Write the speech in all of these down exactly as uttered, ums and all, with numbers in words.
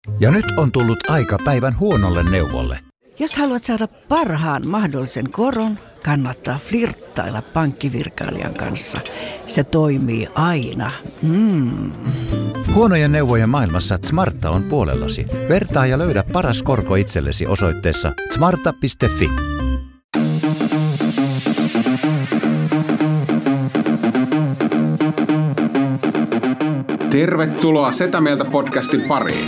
Ja nyt on tullut aika päivän huonolle neuvolle. Jos haluat saada parhaan mahdollisen koron, kannattaa flirttailla pankkivirkailijan kanssa. Se toimii aina. Mm. Huonojen neuvojen maailmassa Smarta on puolellasi. Vertaa ja löydä paras korko itsellesi osoitteessa smarta piste fi. Tervetuloa Setä Mieltä podcastin pariin.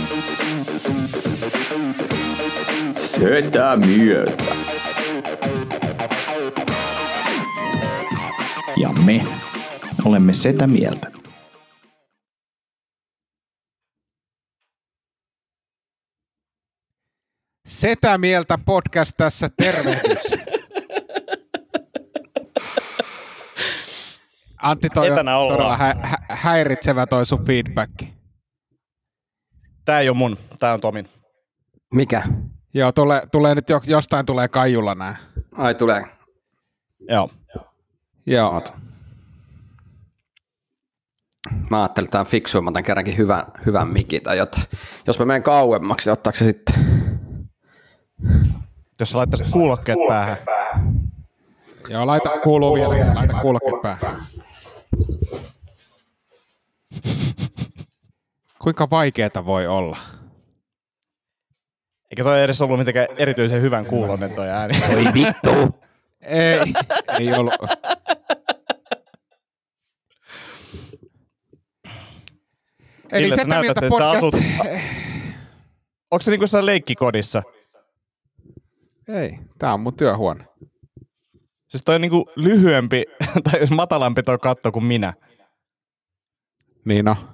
Setä Mieltä. Ja me olemme Setä Mieltä. Setä Mieltä podcast tässä, tervehdys. Antti, toi on todella hä- hä- häiritsevä toi sun feedbacki. Tää ei ole mun, tää on Tomin. Mikä? Joo, tulee, tulee nyt jo, jostain tulee kaijulla nää. Ai tulee. Joo. Joo. Oot. Mä ajattelin, että tää on fiksua, mä otan kerrankin hyvän, hyvän mikin tai jotain. Jos mä menen kauemmaksi, ottaako se sitten? Jos sä laittaisit kuulokkeet päähän. Joo, laita kuuluu vielä, laita kuulokkeet päähän. Kuinka vaikeeta voi olla? Eikä toi edes ollut mitenkään erityisen hyvän kuulonen toi ääni. Oi vittu. Ei, ei ollut. Eli Ville, Setä näytät, Mieltä että podcast. sä asut... Onko se niinku siellä leikkikodissa? Ei, tää on mun työhuone. Siis toi on niinku lyhyempi, tai jos matalampi toi katto kuin minä. Niin no.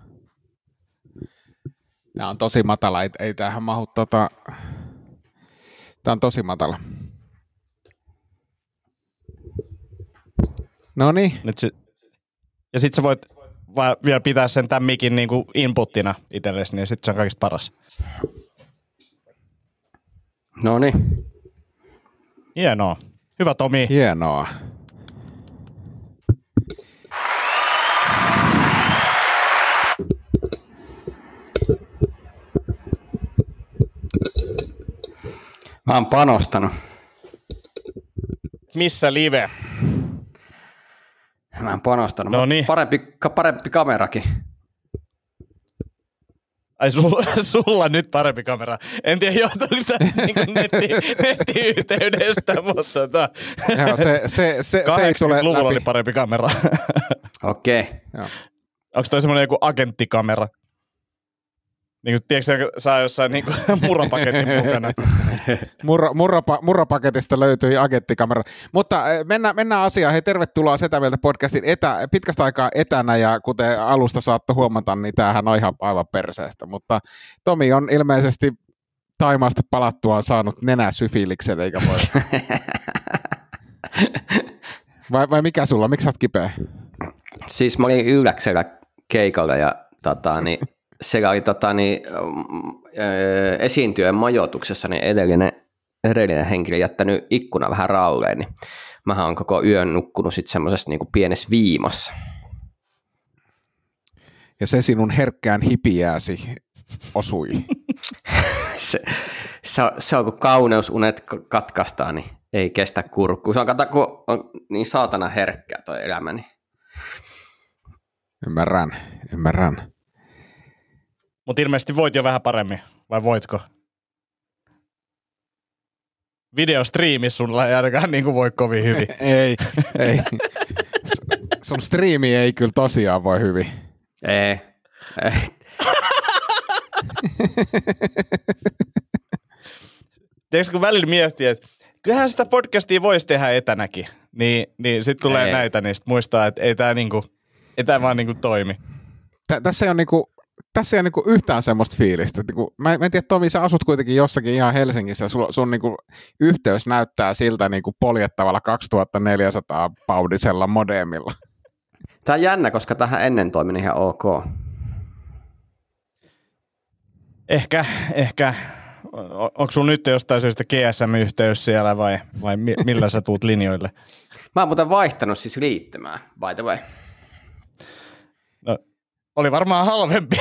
Tää on tosi matala, ei, ei tämähän mahu tota... Tää on tosi matala. Noniin. Nyt sit... Ja sit sä voit vaan vielä pitää sen tämän mikin niinku inputtina itsellesi, niin sit se on kaikista paras. Noniin. Hienoa. Hyvä Tomi. Hienoa. Mä oon panostanut. Missä live? Mä oon panostanut. No niin. Parempi, parempi kamerakin. Ai sulla, sulla nyt parempi kamera. En tiedä johtuuko sitä niin netti, nettiyhteydestä, mutta tota, Joo, se, se, se, se ei tule kahdeksankymmentäluvulla läpi. oli parempi kamera. Okei. Okay. Onko toi semmoinen joku agenttikamera? Niin kuin, tiedätkö sä jossain niin murropaketin mukana? Murro, murropa, murropaketista löytyi agenttikamera. Mutta mennään, mennään asiaan. Hei, tervetuloa Setä Mieltä podcastin etä, pitkästä aikaa etänä, ja kuten alusta saatte huomata, niin tämähän on ihan aivan perseestä. Mutta Tomi on ilmeisesti Taimaasta palattuaan saanut nenäsyfiiliksen, eikä voi. vai, vai mikä sulla? Miksi sä oot kipeä? Siis mä olin Ylläksellä keikalla ja tota, niin, siellä oli tota, niin, öö, esiintyjän majoituksessa niin edellinen, edellinen henkilö jättänyt ikkuna vähän raulleen, niin mähän on koko yön nukkunut sitten semmoisessa niin kuin pienessä viimassa. Ja se sinun herkkään hipiääsi osui. se, se, on, se on kun kauneusunet katkaistaan, niin ei kestä kurkkuu. Se on, kato, kun on niin saatana herkkää toi elämäni. Ymmärrän, ymmärrän. Mutta ilmeisesti voit jo vähän paremmin, vai voitko? Videostriimissä sulla ei ainakaan niin kuin voi kovin hyvin. ei, ei. Sun striimi ei kyllä tosiaan voi hyvin. Ei, ei. Tiedätkö, kun välillä miettii, että kyllähän sitä podcastia voisi tehdä etänäkin, niin, niin sitten tulee ei. näitä, niin sit muistaa, että ei tämä niinku, ei tää vaan niinku toimi. Tä, tässä ei ole niinku, tässä ei ole niinku yhtään semmoista fiilistä. Niinku, mä, mä en tiedä, Tomi, sä asut kuitenkin jossakin ihan Helsingissä, ja sun, sun niinku yhteys näyttää siltä niinku poljettavalla kaksituhattaneljäsataa paudisella modemilla. Tämä on jännä, koska tähän ennen toimin ihan ok. Ehkä, ehkä. Onko sun nyt jostain syystä G S M-yhteys siellä vai, vai millä sä tuut linjoille? Mä oon muuten vaihtanut siis liittymään, by the way. No, Oli varmaan halvempi.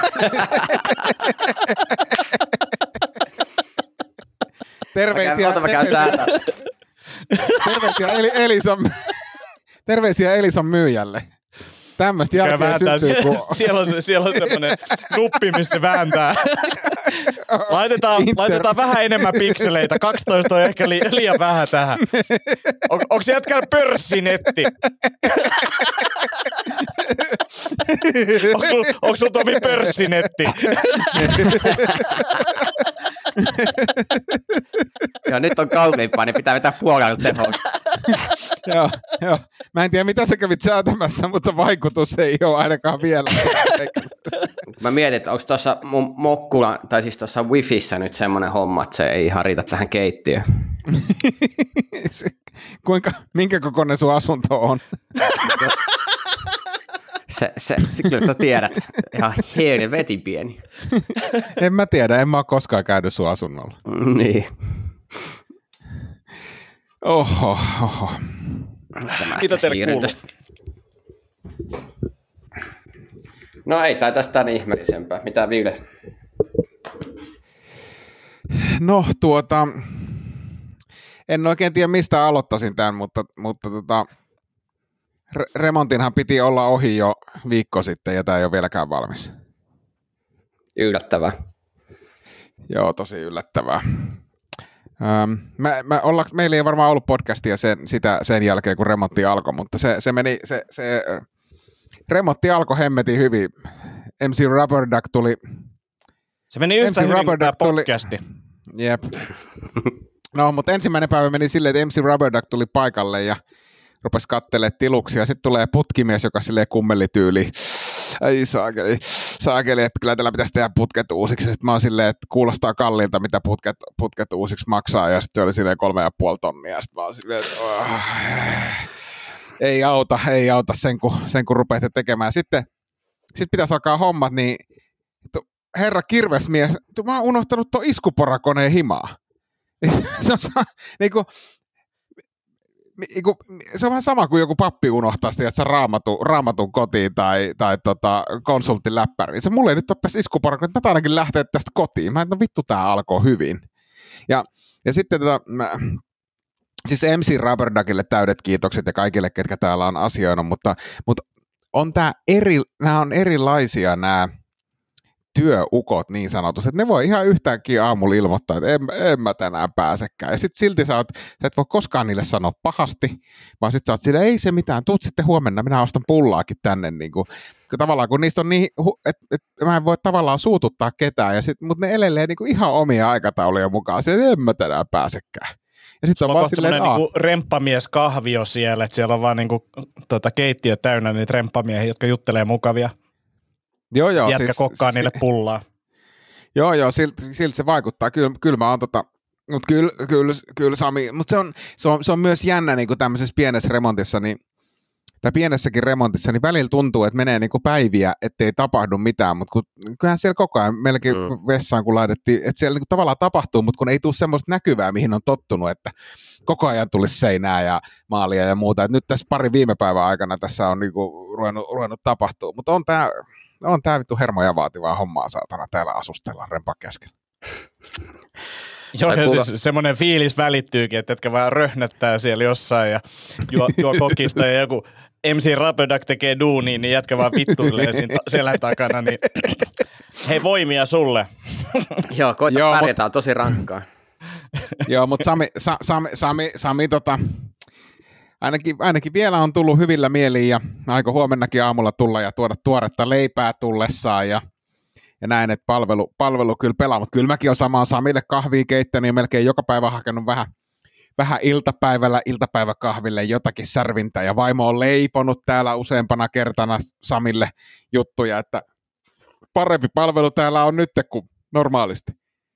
Terveisiä, Ota, mä käyn säätää. terveisiä, Eli, Elisan, terveisiä Elisan myyjälle. Tämmöistä jälkeen syntyy, kun... siellä, on, siellä on semmoinen nuppi, missä se vääntää. Laitetaan, laitetaan vähän enemmän pikseleitä. kaksitoista on ehkä li, liian vähän tähän. On, onko se jätkällä pörssinetti? onko sulla onko sul, Tomi, pörssinetti? Joo, nyt on kalliimpaa, niin pitää vetää puolella teholla. Joo, joo. Mä en tiedä, mitä sä kävit säätämässä, mutta vaikutus ei ole ainakaan vielä. Mä mietin, että onko tuossa mun mokkula, tai siis tuossa wifissä nyt semmoinen homma, että se ei ihan riitä tähän keittiöön. Kuinka, minkä kokoinen sun asunto on? Se, se, se kyllä sä tiedät. Ihan helvetin pieni. En mä tiedä, en mä ole koskaan käynyt sun asunnolla. Niin. Oho, oho. Mitä teille kuuluu? No ei, tai tästä niin ihmeellisempää. Mitä Ville? No tuota, en oikein tiedä mistä aloittaisin tämän, mutta, mutta tota, re- remontinhan piti olla ohi jo viikko sitten ja tämä ei ole vieläkään valmis. Yllättävää. Joo, tosi yllättävää. Ähm, mä, mä olla, meillä ei varmaan ollut podcastia sen, sitä, sen jälkeen, kun remontti alkoi, mutta se, se meni, se, se remontti alkoi hemmetin hyvin. M C Rubber Duck tuli. Se meni yhtä M C hyvin kuin tämä tuli, podcasti. Jep. No, mutta ensimmäinen päivä meni silleen, että M C Rubber Duck tuli paikalle ja rupesi katselemaan tiluksia. Sitten tulee putkimies, joka silleen kummelityyli. Ei saakeli, saakeli, että kyllä tällä pitäisi tehdä putket uusiksi. Sitten mä oon silleen, että kuulostaa kalliilta, mitä putket, putket uusiksi maksaa. Ja sitten se oli silleen kolme ja puoli tonnia. Sitten mä oon silleen, että oh, ei auta, ei auta sen, kun, sen, kun rupeatte tekemään. Sitten sit pitäisi alkaa hommat, niin herra kirvesmies, mä oon unohtanut tuon iskuporakoneen himaa. Se on niin kuin, se on vähän sama kuin joku pappi unohtaa sitä, että sä raamatun, raamatun kotiin tai, tai tota, konsultin läppäriin. Se mulle ei nyt ole tässä iskuparakon, että mä ainakin lähteä tästä kotiin. Mä en, no vittu, tää alkoi hyvin. Ja, ja sitten tota, mä, siis M C Rubber Duckille täydet kiitokset ja kaikille, ketkä täällä on asioinut, mutta, mutta on tää eri, nämä on erilaisia nämä työukot niin sanotusti, että ne voi ihan yhtäkkiä aamulla ilmoittaa, että en, en mä tänään pääsekään. Ja sitten silti sä, oot, sä et voi koskaan niille sanoa pahasti, vaan sitten sä oot silleen, ei se mitään, tuut sitten huomenna, minä ostan pullaakin tänne. Niin kuin, tavallaan kun niistä on niin, että et, mä en voi tavallaan suututtaa ketään, ja sit, mutta ne elelee niin kuin ihan omia aikatauluja mukaan, että en mä tänään pääsekään. Ja sitten on vaan silleen, että niinku remppamies kahvio siellä, että siellä on vaan niinku, tota, keittiö täynnä niitä remppamiehiä, jotka juttelee mukavia. Joo, joo, jätkä siis, kokkaa siis, niille pullaa. Joo, joo, silti, silti se vaikuttaa. Kyllä, kyllä mä oon tota, mutta kyllä, kyllä, kyllä Sami, mutta se on, se, on, se on myös jännä niin kuin tämmöisessä pienessä remontissa, niin, tai pienessäkin remontissa, niin välillä tuntuu, että menee niin kuin päiviä, ettei tapahdu mitään, mutta kun, kyllähän siellä koko ajan melkein mm. vessaan, kun laitettiin, että siellä niin kuin tavallaan tapahtuu, mutta kun ei tule semmoista näkyvää, mihin on tottunut, että koko ajan tulisi seinää ja maalia ja muuta, että nyt tässä pari viime päivän aikana tässä on niin kuin ruvennut, ruvennut tapahtua, mutta on tämä on tää vittu hermoja vaativaa hommaa, saatana, täällä asustellaan rempan keskellä. Joo, kuulo... siis semmoinen fiilis välittyykin, että etkä vaan röhnättää siellä jossain ja juo, juo kokista ja joku M C Rubber Duck tekee duunia, niin jätkä vaan vittuilee siinä selän takana, niin hei, voimia sulle. Joo, koita Joo, pärjätään, mut... tosi rankkaa. Joo, mutta Sami, Sa, Sami, Sami, Sami tota, ainakin, ainakin vielä on tullut hyvillä mieliin ja aiko huomennakin aamulla tulla ja tuoda tuoretta leipää tullessaan ja Ja näin, että palvelu, palvelu kyllä pelaa, mutta kyllä mäkin olen samaan Samille kahvia keittänyt ja melkein joka päivä hakenut vähän, vähän iltapäivällä iltapäiväkahville jotakin särvintä. Ja vaimo on leiponut täällä useampana kertana Samille juttuja, että parempi palvelu täällä on nyt kuin normaalisti.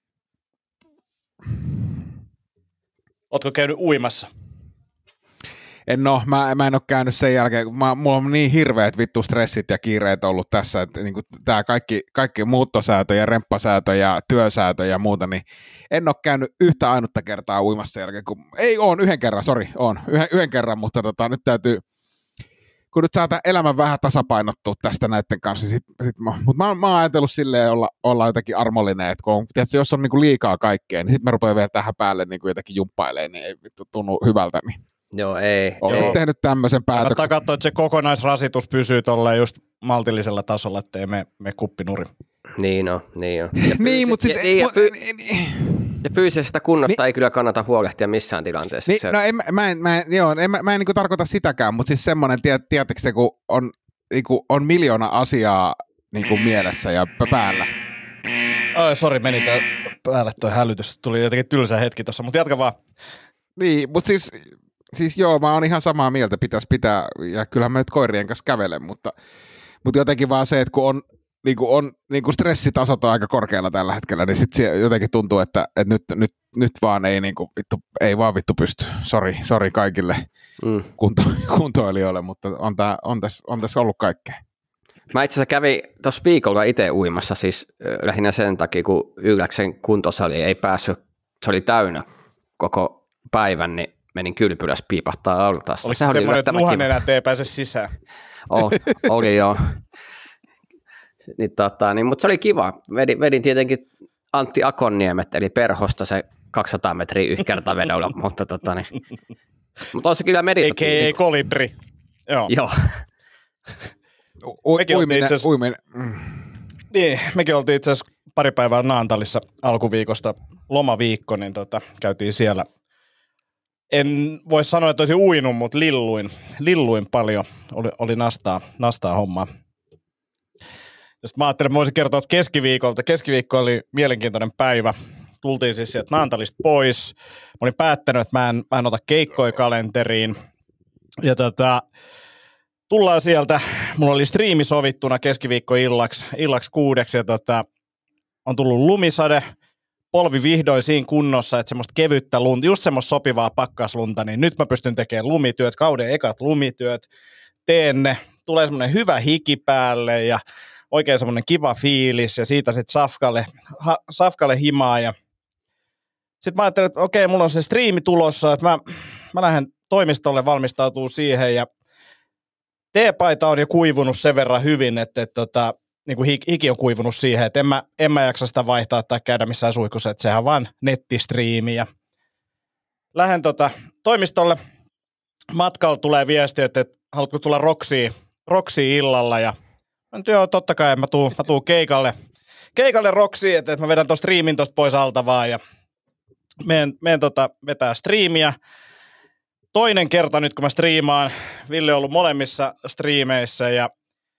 Ootko käynyt uimassa? En ole, mä, mä en ole käynyt sen jälkeen, kun mä, mulla on niin hirveät vittu stressit ja kiireet ollut tässä, että niin tämä kaikki, kaikki muuttosäätö ja remppasäätö ja työsäätö ja muuta, niin en ole käynyt yhtä ainutta kertaa uimassa sen jälkeen, kun ei, oon yhden kerran, sori, oon yhden, yhden kerran, mutta tota, nyt täytyy, kun nyt saa elämän vähän tasapainottua tästä näiden kanssa, sit, sit mä, mutta mä, mä oon ajatellut silleen olla, olla jotenkin armollinen, että kun on, tiedätkö, jos on niinku liikaa kaikkea, niin sitten mä rupean vielä tähän päälle niinku jotenkin jumppailemaan, niin ei vittu tunnu hyvältä. Niin. Joo, ei. Olen ei. tehnyt tämmöisen päätöksen. Kannattaa katsoa, että se kokonaisrasitus pysyy tolleen just maltillisella tasolla, ettei me, me kuppinuri. Niin on, niin on. Niin, mutta siis... Ja, ja, fy- niin, ja fyysisestä kunnosta niin, ei kyllä kannata huolehtia missään tilanteessa. Niin, se... no en, mä en, mä en, joo, en, mä, mä en niin kuin tarkoita sitäkään, mutta siis semmoinen, tiedättekö te, kun on, niin kuin, on miljoona asiaa niin kuin mielessä ja päällä. Ai, sori, meni tää päälle toi hälytys. Tuli jotenkin tylsä hetki tossa, mutta jatka vaan. Niin, mutta siis, siis joo, mä oon ihan samaa mieltä, pitäisi pitää, ja kyllähän mä nyt koirien kanssa kävelen, mutta, mutta jotenkin vaan se, että kun on, niin kuin on niin kuin stressitasot on aika korkealla tällä hetkellä, niin sitten jotenkin tuntuu, että, että nyt, nyt, nyt vaan ei, niin kuin, vittu, ei vaan vittu pysty. Sori, sori kaikille mm. kunto, kuntoilijoille, mutta on, tää, on, tässä, on tässä ollut kaikkea. Mä itse asiassa kävin tuossa viikolla itse uimassa, siis lähinnä sen takia, kun Ylläksen kuntosali ei päässyt, se oli täynnä koko päivän, niin menin kylpylässä piipahtaa altaassa. Oliko se semmoinen, että nuhan enää ei pääse sisään? Oh, oli joo. Niin, tota, niin, mutta se oli kiva. Vedin, vedin tietenkin Antti Akonniemet, eli Perhosta se kaksisataa metriä yhkertavedolla, mutta tota, niin, mutta on se kyllä meditatiivinen. Eikä ei kolibri. Joo. Joo. U- uiminen, uiminen. Niin, mekin oltiin itse asiassa pari päivää Naantalissa alkuviikosta lomaviikko, niin tota, käytiin siellä. En voi sanoa, että olisin uinut, mutta lilluin, lilluin paljon. Oli, oli nastaa, nastaa hommaa. Sitten mä ajattelin, että mä voisin kertoa että keskiviikolta. Keskiviikko oli mielenkiintoinen päivä. Tultiin siis sieltä Naantalista pois. Mä olin päättänyt, että mä en, mä en ota keikkoja kalenteriin. Ja tota, tullaan sieltä. Mulla oli striimi sovittuna keskiviikko illaksi, illaksi kuudeksi. Ja tota, on tullut lumisade. Polvi vihdoin siinä kunnossa, että semmoista kevyttä lunta, just semmoista sopivaa pakkaslunta, niin nyt mä pystyn tekemään lumityöt, kauden ekat lumityöt. Teen ne. Tulee semmoinen hyvä hiki päälle ja oikein semmoinen kiva fiilis ja siitä sitten safkalle, ha, safkalle himaa. Ja sitten mä ajattelin, että okei, mulla on se striimi tulossa, että mä, mä lähden toimistolle valmistautuu siihen ja teepaita on jo kuivunut sen verran hyvin, että, että, että niin kuin hiki on kuivunut siihen, että en mä, en mä jaksa sitä vaihtaa tai käydä missään suihkussa, että sehän on vaan nettistriimi. Ja lähden tota toimistolle, matkalla tulee viesti, että, että haluatko tulla Roksiin, Roksiin illalla ja joo, totta kai mä tuun, mä tuun keikalle, keikalle Roksiin, että, että mä vedän tuon striimin tuosta pois alta vaan ja menen, menen tota, vetää striimiä. Toinen kerta nyt, kun mä striimaan, Ville on ollut molemmissa striimeissä ja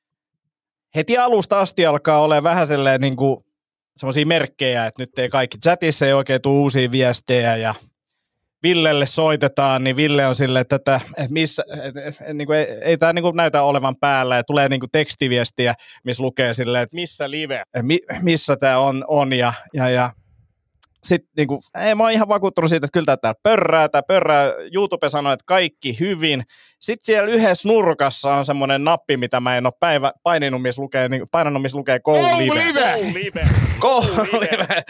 heti alusta asti alkaa olemaan vähän silleen niin kuin semmoisia merkkejä, että nyt ei kaikki chatissa ei oikein tule uusia viestejä ja Villelle soitetaan, niin Ville on silleen, että, että, että missä, että, että, niin kuin ei, ei tämä niin kuin näytä olevan päällä ja tulee niin kuin tekstiviestiä, missä lukee silleen, että missä live, mi, missä tämä on, on ja, ja, ja sitten niin kuin, ei mä oon ihan vakuuttunut siitä, että kyllä täällä pörrää, tää pörrää, YouTube sanoo, että kaikki hyvin. Sitten siellä yhdessä nurkassa on semmoinen nappi, mitä mä en ole päivä, paininut, missä lukee, niin, painanut, missä lukee Go Live. Go Live.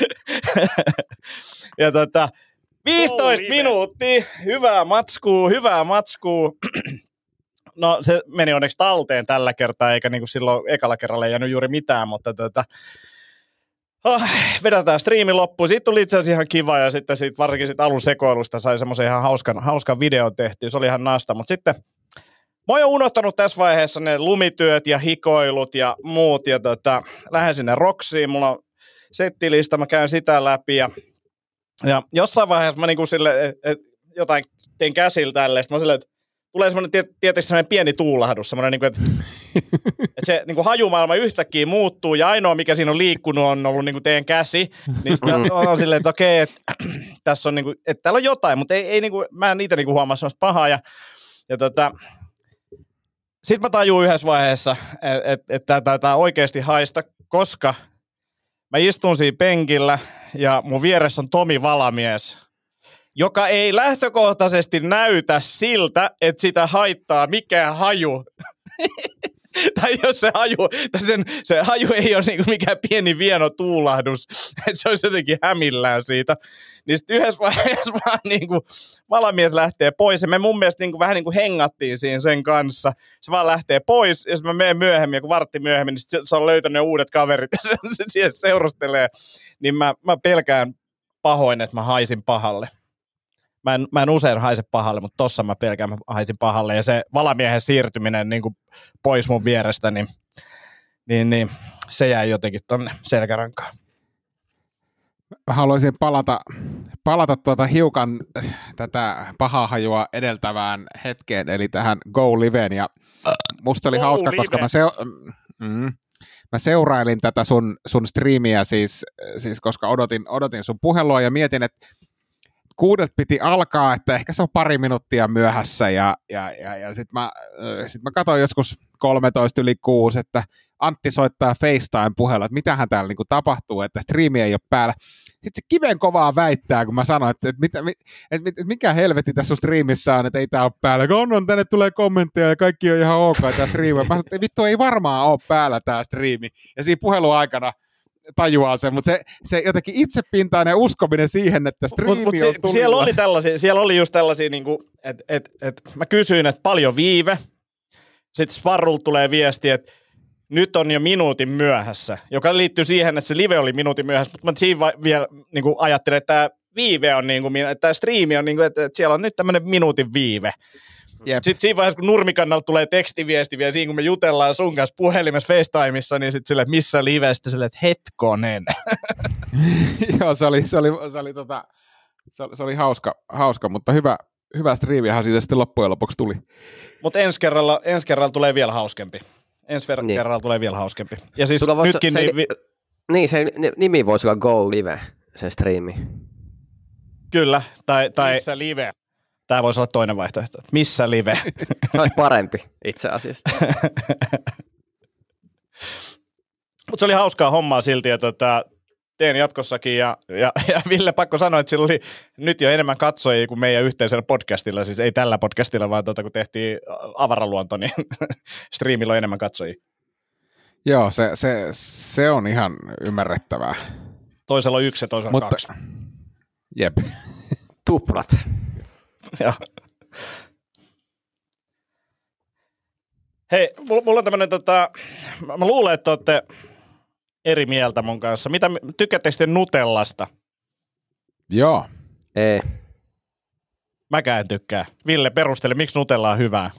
Ja tota, viisitoista minuuttia, hyvää matskua, hyvää matskua. No se meni onneksi talteen tällä kertaa, eikä niin kuin silloin ekalla kerralla ei jäänyt juuri mitään, mutta tota, oh, vedetään striimi loppuun. Siitä tuli itse asiassa ihan kiva ja sitten siitä, varsinkin siitä alun sekoilusta sai semmoisen ihan hauskan, hauskan videon tehtyä. Se oli ihan nasta, mutta sitten mä oon jo unohtanut tässä vaiheessa ne lumityöt ja hikoilut ja muut ja tota, lähden sinne Roksiin. Mulla on settilista, mä käyn sitä läpi ja, ja jossain vaiheessa mä niinku sille, et, et, jotain tein käsillä tälleen. Sitten mä silleen, että tulee semmoinen tietysti semmoinen pieni tuulahdus, semmoinen, niin kuin, että, että se niin kuin hajumaailma yhtäkkiä muuttuu ja ainoa, mikä siinä on liikkunut, on ollut niin kuin teidän käsi. Niin sitten on silleen, että okei, että tässä on, niin kuin, että täällä on jotain, mutta ei, ei, niin kuin, mä en niitä niin kuin huomaa semmoista pahaa. Ja, ja tota, sitten mä tajuun yhdessä vaiheessa, että, että, että tämä taitaa oikeasti haista, koska mä istun siinä penkillä ja mun vieressä on Tomi Valamies, joka ei lähtökohtaisesti näytä siltä, että sitä haittaa mikään haju. Tai jos se haju, tai sen, se haju ei ole niinku mikään pieni vieno tuulahdus, että se olisi jotenkin hämillään siitä. Niin sitten yhdessä vaiheessa vaan niinku valamies lähtee pois. Ja me mun mielestä niinku vähän niinku hengattiin siinä sen kanssa. Se vaan lähtee pois, ja sitten mä menen myöhemmin, joku vartti myöhemmin, niin sit se on löytänyt uudet kaverit, ja se, se siihen seurustelee. Niin mä, mä pelkään pahoin, että mä haisin pahalle. Mä en, mä en usein haise pahalle, mutta tossa mä pelkään, mä haisin pahalle. Ja se valamiehen siirtyminen niin kuin pois mun vierestä, niin, niin, niin se jäi jotenkin tonne selkärankaan. Haluaisin palata, palata tuota hiukan tätä pahaa hajua edeltävään hetkeen, eli tähän Go Liveen. Ja musta oli Go hauska, Live. koska mä, seu, mm, mä seurailin tätä sun, sun striimiä, siis, siis koska odotin, odotin sun puhelua ja mietin, että kuudelta piti alkaa, että ehkä se on pari minuuttia myöhässä, ja, ja, ja, ja sitten mä, sit mä katsoin joskus kolmetoista yli kuusi, että Antti soittaa FaceTime-puhella, että mitähän täällä niinku tapahtuu, että striimi ei ole päällä. Sitten se kiven kovaa väittää, kun mä sanoin, että, että, että, että, että mikä helvetti tässä sun striimissä on, että ei tää ole päällä. Onnon, tänne tulee kommentteja ja kaikki on ihan ok tää striimi. Mä sanoin, että vittu ei varmaan ole päällä tää striimi. Ja siinä puhelun aikana tajuaa sen, mutta se, se jotenkin itsepintainen uskominen siihen, että striimi mut, mut on se, tullut. Siellä oli tällaisia, siellä oli just tällaisia, niin että et, et, mä kysyin, että paljon viive. Sitten Sparrulta tulee viesti, että nyt on jo minuutin myöhässä, joka liittyy siihen, että se live oli minuutin myöhässä, mutta mä siinä va- vielä niin kuin ajattelin, että tämä viive on, niin kuin, että tämä striimi on, niin kuin, että siellä on nyt tämmöinen minuutin viive. Yep. Sitten siinä vaiheessa, kun nurmikannalta tulee tekstiviesti vielä siinä, kun me jutellaan sun kanssa puhelimessa FaceTimeissa, niin sitten silleen, että missä live, sitten silleen, että hetkonen. Joo, se oli, se oli, se oli, tota, se oli, se oli hauska, hauska, mutta hyvä, hyvä striimihän siitä sitten loppujen lopuksi tuli. Mutta ensi kerralla, ensi kerralla tulee vielä hauskempi. Ensi ver- niin. kerralla tulee vielä hauskempi. Ja siis voisi, nytkin... se, niin, vi- niin, se nimi voisi olla Go Live, se striimi. Kyllä, tai, tai missä live. Tämä voisi olla toinen vaihtoehto. Missä live? Se olisi parempi itse asiassa. Mutta se oli hauskaa hommaa silti, että tota, teen jatkossakin. Ja, ja, ja Ville, pakko sanoa, että sillä oli nyt jo enemmän katsojia kuin meidän yhteisellä podcastilla. Siis ei tällä podcastilla, vaan tota, kun tehtiin Avaraluonto, niin striimillä on enemmän katsojia. Joo, se, se, se on ihan ymmärrettävää. Toisella on yksi ja toisella Mutta, kaksi. Jep. Tuplat. Joo. Hei, mulla on tämmönen, tota, mä luulen, että olette eri mieltä mun kanssa. Mitä, tykkäättekö te Nutellasta? Joo. Ei. Mäkään en tykkää. Ville, perustele, miksi Nutella on hyvää?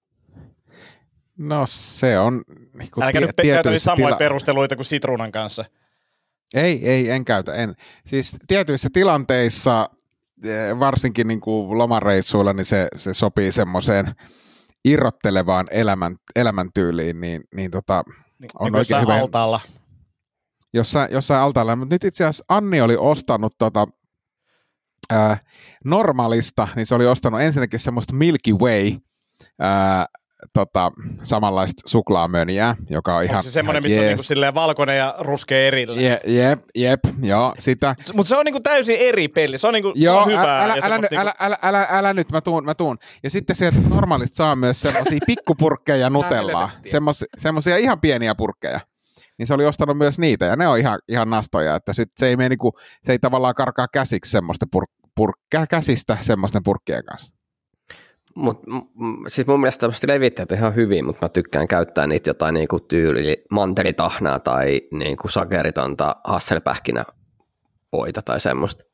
No se on... Niin Älä nyt tie- käytä niin samoja tila- perusteluita kuin sitruunan kanssa. Ei, ei, en käytä. En. Siis tietyissä tilanteissa, varsinkin niin kuin lomareissuilla, niin se, se sopii semmoiseen irrottelevaan elämän, elämäntyyliin, niin, niin tota, Niin, on niin oikein hyvä. altaalla. Jossain, jossain altaalla, mutta nyt itse asiassa Anni oli ostanut tota, ää, normaalista, niin se oli ostanut ensinnäkin semmoista Milky Way, ää, tota, samanlaista suklaamöniä, joka on ihan... Onko se semmoinen, missä jees. on niinku silleen valkoinen ja ruskea erillä? Je, jep, jep, joo, sitä. Mutta se on niinku täysin eri peli. Se on niinku Joo, se on hyvää. älä, ja älä, älä, niinku... älä, älä, älä, älä nyt, mä tuun, mä tuun. Ja sitten sieltä normaalisti saa myös semmoisia pikkupurkkeja Nutellaa, semmoisia ihan pieniä purkkeja. Niin se oli ostanut myös niitä, ja ne on ihan, ihan nastoja, että sit se, ei mene niinku, se ei tavallaan karkaa käsiksi semmoista pur, pur, käsistä semmoisten purkkien kanssa. Mut, m- siis mun mielestä tämmöiset levittäjät on ihan hyvin, mutta mä tykkään käyttää niitä jotain niinku tyyli mantelitahnaa tai niinku sakeritonta hasselpähkinä voita tai semmoista.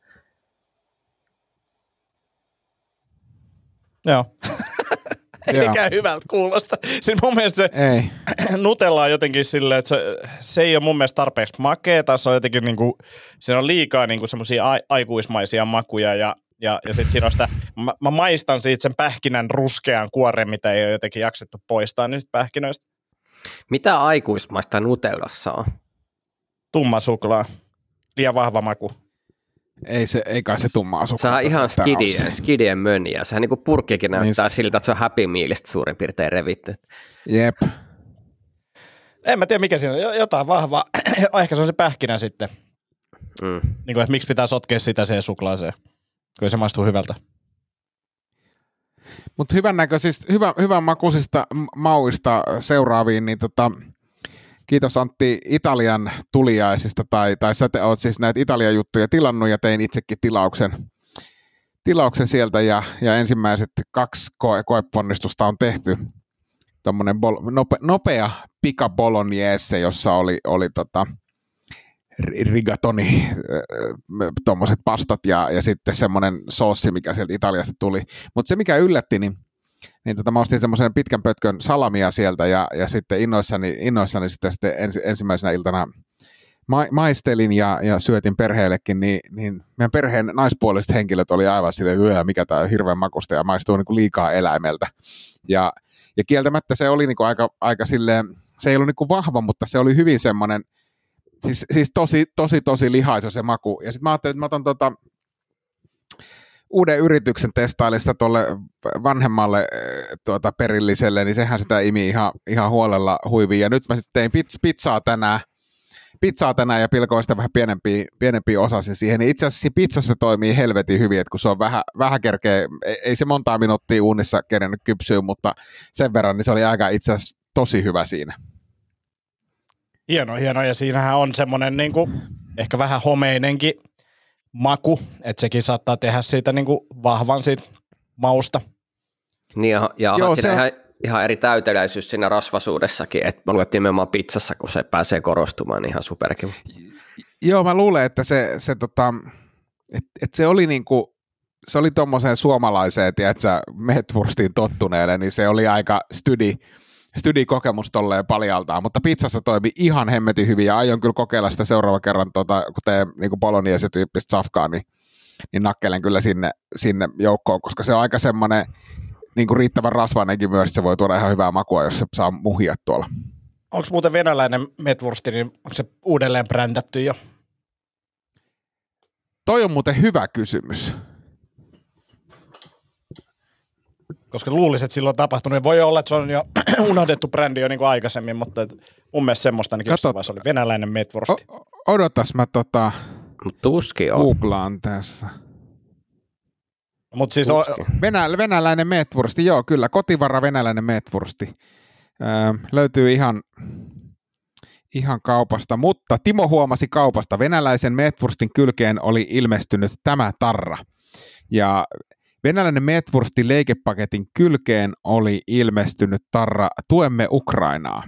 Joo. Ei mikään hyvältä kuulosta. Siis mun mielestä se Ei. Nutella on jotenkin silleen, että se, se ei ole mun mielestä tarpeeksi makeeta. Se on jotenkin niinku, siinä on liikaa niinku semmoisia a, aikuismaisia makuja ja Ja, ja sitten siinä on sitä, mä, mä maistan siitä sen pähkinän ruskean kuoren, mitä ei ole jotenkin jaksettu poistaa niistä pähkinöistä. Mitä aikuismaista Nutellassa on? Tumma suklaa. Liian vahva maku. Ei, se, ei kai se tummaa suklaa. Se on ihan skidien, skidien mönniä. Sehän niinku purkkikin näyttää niin siltä, että se on Happy Mealista suurin piirtein revitty. Jep. En mä tiedä mikä siinä on. Jotain vahvaa. Ehkä se on se pähkinä sitten. Mm. Niin kuin, että miksi pitää sotkea sitä siihen suklaaseen. Kyllä se maistuu hyvältä. Mutta hyvän näköisistä, hyvän, hyvän makuisista mauista seuraaviin, niin tota, kiitos Antti Italian tuliaisista, tai, tai sä te oot siis näitä Italian juttuja tilannut, ja tein itsekin tilauksen, tilauksen sieltä, ja, ja ensimmäiset kaksi koe, koeponnistusta on tehty. Tuommoinen bol, nope, nopea pika bolognese, jossa oli, oli tota, rigatoni, tuommoiset pastat ja, ja sitten semmoinen soossi, mikä sieltä Italiasta tuli. Mutta se, mikä yllätti, niin, niin tota, mä ostin semmoisen pitkän pötkön salamia sieltä ja, ja sitten innoissani, innoissani sitten, sitten ens, ensimmäisenä iltana ma, maistelin ja, ja syötin perheellekin, niin, niin meidän perheen naispuoliset henkilöt oli aivan silleen, yö, mikä tämä on hirveän makusta ja maistuu niin kuin liikaa eläimeltä. Ja, ja kieltämättä se oli niin kuin aika, aika silleen, se ei ollut niin kuin vahva, mutta se oli hyvin semmoinen, Siis, siis tosi, tosi, tosi lihaisa se maku. Ja sitten mä ajattelin, että mä otan tota uuden yrityksen testailista tuolle vanhemmalle tuota, perilliselle, niin sehän sitä imi ihan, ihan huolella huiviin. Ja nyt mä sitten tein pizz, pizzaa tänään, pizzaa tänään ja pilkoin sitä vähän pienempiä, pienempiä osasin siihen. Niin itse asiassa pizzassa toimii helvetin hyvin, että kun se on vähän, vähän kerkeä, ei, ei se montaa minuuttia uunissa kerennyt kypsyä, mutta sen verran niin se oli aika itse asiassa tosi hyvä siinä. Hieno, hieno. Ja siinähän on semmoinen niin kuin, ehkä vähän homeinenkin maku, että sekin saattaa tehdä siitä niin kuin vahvan siitä mausta. Niin, ja, ja Joo, siinä se... ihan, ihan eri täyteläisyys siinä rasvasuudessakin, että mä luulen, että nimenomaan pizzassa, kun se pääsee korostumaan, niin ihan superkiva. Joo, mä luulen, että se, se, tota, et, et se oli niinku, se oli tommoseen suomalaiseen, tiedätkö, mehtwurstiin tottuneelle, niin se oli aika stydi, Studi-kokemus tolleen paljaltaan, mutta pizzassa toimi ihan hemmetin hyvin ja aion kyllä kokeilla sitä seuraava kerran, tota, kun teen niin bolognese-tyyppistä safkaa, niin, niin nakkelen kyllä sinne, sinne joukkoon, koska se on aika semmoinen niin riittävän rasvainenkin myös, että se voi tuoda ihan hyvää makua, jos se saa muhia tuolla. Onko muuten venäläinen mettwursti, niin onko se uudelleen brändätty jo? Toi on muuten hyvä kysymys. Koska luulisin, että silloin on tapahtunut. Voi olla, että se on jo unohdettu brändi jo niin kuin aikaisemmin, mutta mun mielestä semmoista ainakin jossain vaiheessa oli venäläinen mettwursti. O- odotas, mä tota Tuskin on. googlaan tässä. Mut siis on... Venä- venäläinen mettwursti, joo kyllä, kotivara venäläinen mettwursti. Öö, löytyy ihan, ihan kaupasta, mutta Timo huomasi kaupasta, venäläisen mettwurstin kylkeen oli ilmestynyt tämä tarra. Ja venäläinen mettwurstin leikepaketin kylkeen oli ilmestynyt tarra Tuemme Ukrainaa.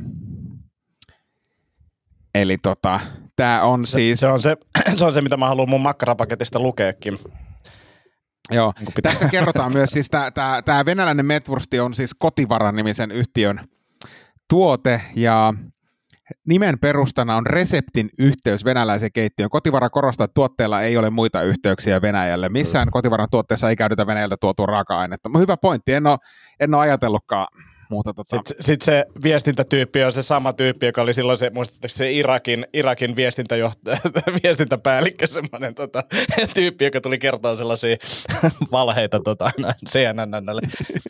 Eli tota, tää on se, siis... Se on se, se on se, mitä mä haluan mun makkarapaketista lukeekin. Joo, tässä kerrotaan myös, siis tämä venäläinen mettwursti on siis Kotivara-nimisen yhtiön tuote, ja nimen perustana on reseptin yhteys venäläisen keittiöön. Kotivara korostaa, että tuotteella ei ole muita yhteyksiä Venäjälle. Missään mm. Kotivaran tuotteessa ei käytetä Venäjältä tuotua raaka-ainetta. Hyvä pointti, en ole, en ole ajatellutkaan muuta. Tota. Sitten, sitten se viestintätyyppi on se sama tyyppi, joka oli silloin se, muistatteko se Irakin, Irakin viestintäjohtaja, viestintäpäällikkö, semmoinen tota, tyyppi, joka tuli kertoa sellaisia valheita tota, C N N:lle.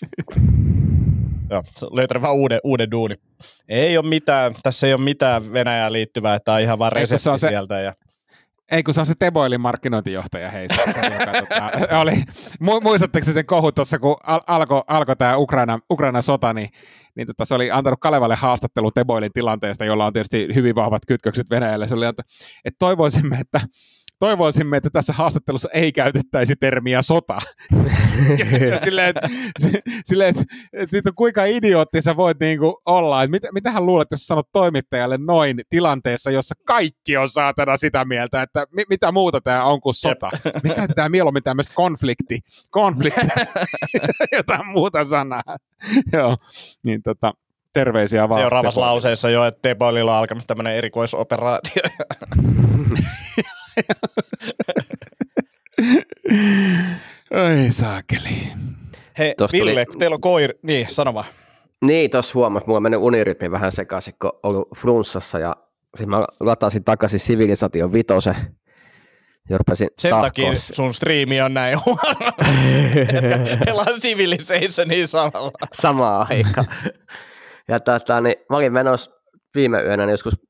Joo, löytänyt vaan uuden, uuden duuni. Ei ole mitään, tässä ei ole mitään Venäjään liittyvää, että on ihan vaan resepti se sieltä. Ja... Ei, kun se on se Teboilin markkinointijohtaja heissä. tota, oli, muistatteko sen kohu tuossa, kun al- alkoi alko tämä Ukraina, Ukraina sota, niin, niin tota, se oli antanut Kalevalle haastattelun Teboilin tilanteesta, jolla on tietysti hyvin vahvat kytkökset Venäjälle. Se oli antanut, että toivoisimme, että Toivoisimme, että tässä haastattelussa ei käytettäisi termiä sota. Silleen, että sille, et, et, kuinka idiootti sä voit niinku olla. Et mit, mitähän luulet, jos sanot toimittajalle noin tilanteessa, jossa kaikki on saatana sitä mieltä, että mi, mitä muuta tämä on kuin sota. Me käytetään mieluummin tämmöistä konflikti, konflikti, jotain muuta sanaa. Joo, niin tota, terveisiä vaan. Seuraavassa lauseessa jo, että Teboililla on alkanut tämmöinen erikoisoperaatio. Oi saakeli. Hei, Ville, tuli... teillä on koiri. Niin, sano vaan. Niin, tuossa huomasin, mulla on mennyt unirytmi vähän sekaisin, kun on ollut flunssassa ja sitten mä latasin takaisin Civilization vitosen ja rupesin sen tahkoa. takia sun striimi on näin huono. Pelaa Civilizationia samalla. Samaan aikaan. Ja tota, niin, mä olin menossa viime yönä niin joskus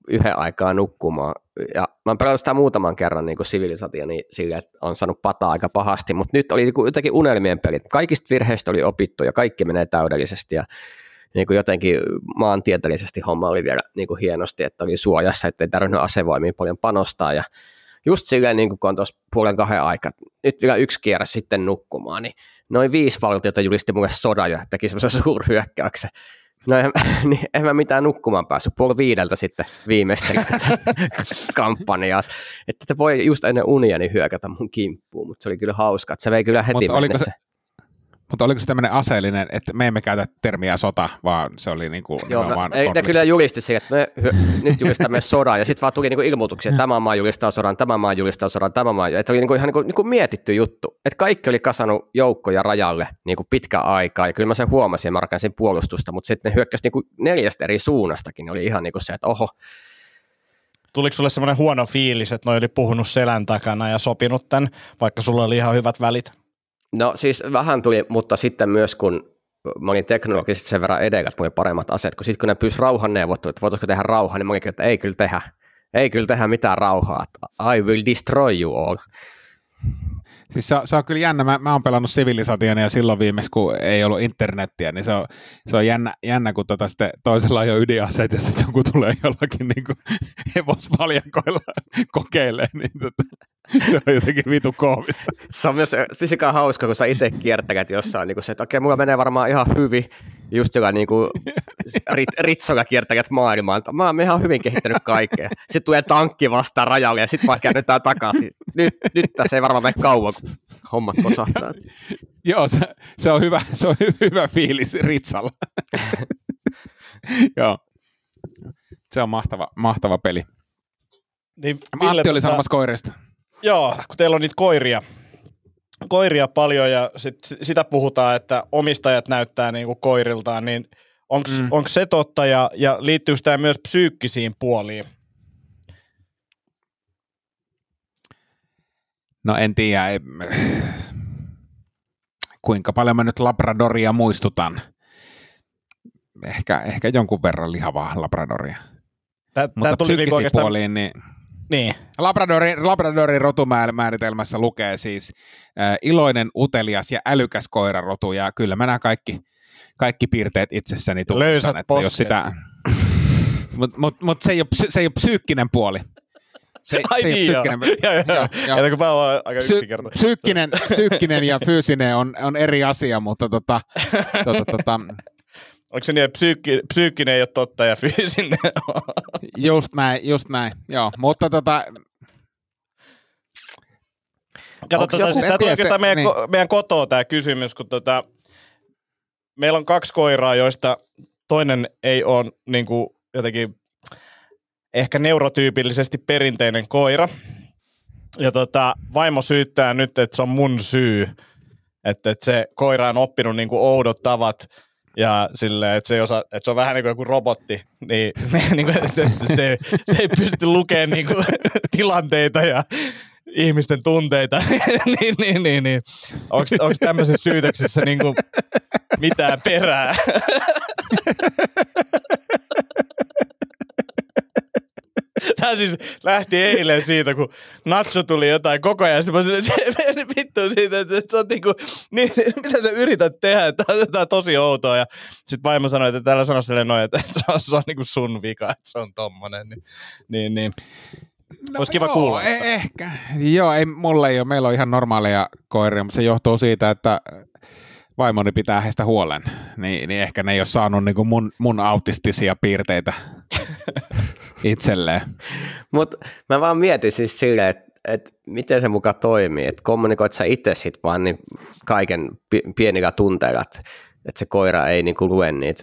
yhden aikaa nukkumaan. Ja mä oon pelannut sitä muutaman kerran niin Civilization niin silleen, että on saanut pataa aika pahasti, mutta nyt oli niin jotenkin unelmien pelit. Kaikista virheistä oli opittu ja kaikki menee täydellisesti ja niin kuin jotenkin maantieteellisesti homma oli vielä niin kuin hienosti, että oli suojassa, ettei tarvinnut asevoimiin paljon panostaa ja just silleen, niin kuin kun on tuossa puolen kahden aikaa, nyt vielä yksi kierre sitten nukkumaan, niin noin viisi valtiota julisti mulle sodan ja teki semmoisen suurhyökkäyksen. No en, niin en mä mitään nukkumaan päässyt, puoli viideltä sitten viimeistelin tätä kampanjaa. Että voi just ennen unia niin hyökätä mun kimppuun, mutta se oli kyllä hauska, että se vei kyllä heti mennessä. Mutta oliko se tämmöinen aseellinen, että me emme käytä termiä sota, vaan se oli niin kuin... Joo, no, ei, ne kyllä julisti siihen, että me hyö, nyt julistamme sodan, ja sitten vaan tuli niin kuin ilmoituksia, että tämä maa julistaa sodan, tämä maa julistaa sodan, tämä maa... Että oli niin kuin ihan niin kuin, niin kuin mietitty juttu, että kaikki oli kasannut joukkoja rajalle niin kuin pitkä aikaa, ja kyllä mä sen huomasin, ja mä rakensin puolustusta, mutta sitten ne hyökkäsi niin kuin neljästä eri suunnastakin, ne oli ihan niin kuin se, että oho. Tuliko sulle semmoinen huono fiilis, että noi oli puhunut selän takana ja sopinut tämän, vaikka sulla oli ihan hyvät välit? No siis vähän tuli, mutta sitten myös kun mä olin teknologisesti sen verran edellä, että mulla oli paremmat aseet, kun sitten kun ne pyysi rauhan neuvottelut, että voitaisiko tehdä rauhaa, niin mä olin, että ei kyllä tehdä, ei kyllä tehdä mitään rauhaa, I will destroy you all. Siis se on, se on kyllä jännä, mä, mä oon pelannut Civilizationia ja silloin viimeksi, kun ei ollut internettiä, niin se on, se on jännä, jännä, kun tota sitten toisella on jo ydinaseet ja sitten joku tulee jollakin niin kuin hevosvaljakoilla kokeilee, niin tota, se on jotenkin vitu koomista. Se on myös siis ikään hauska, kun sä itse kiertäkät jossain, niin kuin se, että okei, mulla menee varmaan ihan hyvin, just joka niin kuin rit, ritsolla kiertäkät maailmaan. Mä oon ihan hyvin kehittänyt kaikkea. Sitten tulee tankki vastaan rajalle ja sitten vaan käännytään takaisin. Nyt, nyt tässä ei varmaan mene kauan, kun hommat kosahtaa. Joo, se, se, on hyvä, se on hyvä fiilis ritsalla. Joo, se on mahtava, mahtava peli. Niin, Ville, Antti oli sanomassa koirista. Joo, kun teillä on niitä koiria, koiria paljon ja sit, sitä puhutaan, että omistajat näyttää niinku koiriltaan, niin onko mm. se totta ja, ja liittyykö tämä myös psyykkisiin puoliin? No en tiedä, ei, kuinka paljon mä nyt labradoria muistutan. Ehkä, ehkä jonkun verran lihavaa labradoria. Tää, Mutta tää tuli psyykkisiin oikeastaan... puoliin, niin... Niin. Labradorin, Labradorin rotumääritelmässä lukee siis äh, iloinen, utelias ja älykäs koirarotu, ja kyllä mä nämä kaikki, kaikki piirteet itsessäni tunnistan, että jos sitä... Mutta mut, mut se, se ei ole psyykkinen puoli. Se, Ai se niin, joo. joo, joo. joo, joo. Ja kun mä oon aika Psy- yksinkertainen. Psyykkinen, psyykkinen ja fyysinen on, on eri asia, mutta tota... tota, tota Onko se niin, että psyykki, psyykkinen ei ole totta ja fyysinen on? Just näin, just näin, joo. Mutta tota... Kato, tota, siis tämä oikeastaan meidän, niin. meidän kotoa tämä kysymys, kun tota, meillä on kaksi koiraa, joista toinen ei ole niin kuin jotenkin ehkä neurotyypillisesti perinteinen koira. Ja tota, vaimo syyttää nyt, että se on mun syy, että, että se koira on oppinut niin kuin oudot tavat. Ja silleen, että se, ei osaa, että se on vähän niin kuin joku robotti, niin, niin kuin, että se, se ei pysty lukemaan niin kuin, tilanteita ja ihmisten tunteita. niin, niin, niin, niin. Onko, onko tämmöisessä syytöksessä niin kuin mitään perää? Tämä siis lähti eilen siitä, kun Nacho tuli jotain koko ajan. Sitten mä sanoin, että vittu siitä, että se on niinku, niin, mitä sä yrität tehdä, että tämä on tosi outoa. Ja sitten vaimo sanoi, että täällä sanoi silleen noin, että se on, se on niinku sun vika, että se on tommonen. Niin, niin, niin. No olisi kiva joo, kuulla. Eh, ehkä. Joo, ei, mulla ei ole, meillä on ihan normaaleja koiria, mutta se johtuu siitä, että vaimoni pitää heistä huolen. Niin, niin ehkä ne ei ole saanut niinku mun, mun autistisia piirteitä itselleen. Mutta mä vaan mietin siis silleen, että et miten se muka toimii, että kommunikoit sä itse sit vaan niin kaiken pienillä tunteilla, että et se koira ei niinku lue niitä.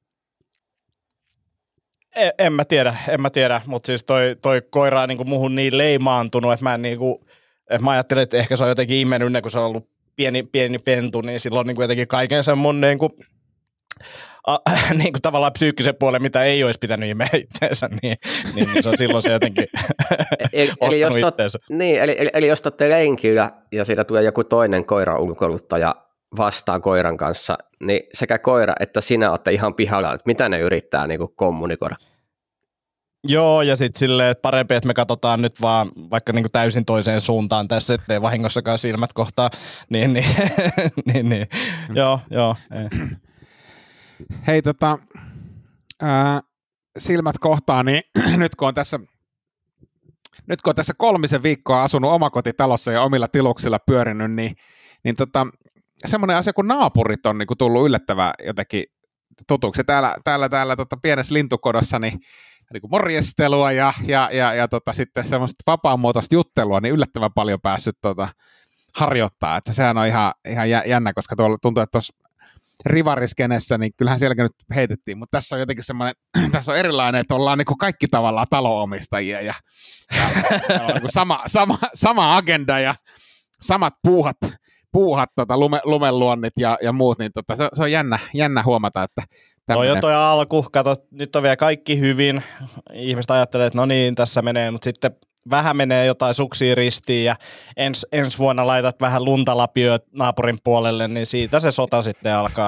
En, en mä tiedä, en mä tiedä, mutta siis toi, toi koira on niinku muhun niin leimaantunut, että mä en niinku, että mä ajattelen, että ehkä se on jotenkin immennyt, kun se on ollut pieni, pieni pentu, niin silloin niinku jotenkin kaiken sen mun niinku, a, niinku tavallaan psyykkisen puolen, mitä ei olisi pitänyt imeä itteensä, niin, niin, niin se on silloin se jotenkin eli, eli, jos tot, niin, eli, eli, eli jos te olette lenkillä ja siitä tulee joku toinen koira-ulkoiluttaja vastaan koiran kanssa, niin sekä koira että sinä olette ihan pihalla, että mitä ne yrittää niin kuin kommunikoida? Joo, ja sitten silleen, että parempi, että me katsotaan nyt vaan vaikka niinku täysin toiseen suuntaan tässä, ettei vahingossakaan silmät kohtaa. Niin, niin, niin, niin. Mm. Joo, joo. Ei. Hei, tota, ää, silmät kohtaa, niin nyt kun on tässä, nyt kun on tässä kolmisen viikkoa asunut omakotitalossa ja omilla tiluksilla pyörinyt, niin, niin tota, semmoinen asia kuin naapurit on niin kuin tullut yllättävän jotenkin tutuksi. Täällä, täällä, täällä tota, pienessä lintukodossa niin, niin kuin morjestelua ja, ja, ja, ja tota, sitten semmoista vapaamuotoista juttelua, niin yllättävän paljon päässyt tota, harjoittaa. Että sehän on ihan, ihan jännä, koska tuolla tuntuu, että tuossa rivariskenessä, niin kyllähän sielläkin nyt heitettiin, mutta tässä on jotenkin semmoinen, tässä on erilainen, että ollaan niin kuin kaikki tavallaan taloomistajia ja, ja, ja niin kuin sama, sama, sama agenda ja samat puuhat, puuhat tota, lume, lumenluonnit ja, ja muut, niin tota, se, se on jännä, jännä huomata, että tämmönen... No jo toi alku, kato, nyt on vielä kaikki hyvin, ihmiset ajattelee, että no niin, tässä menee, mutta sitten vähän menee jotain suksia ristiin ja ens, ensi vuonna laitat vähän luntalapioa naapurin puolelle, niin siitä se sota sitten alkaa.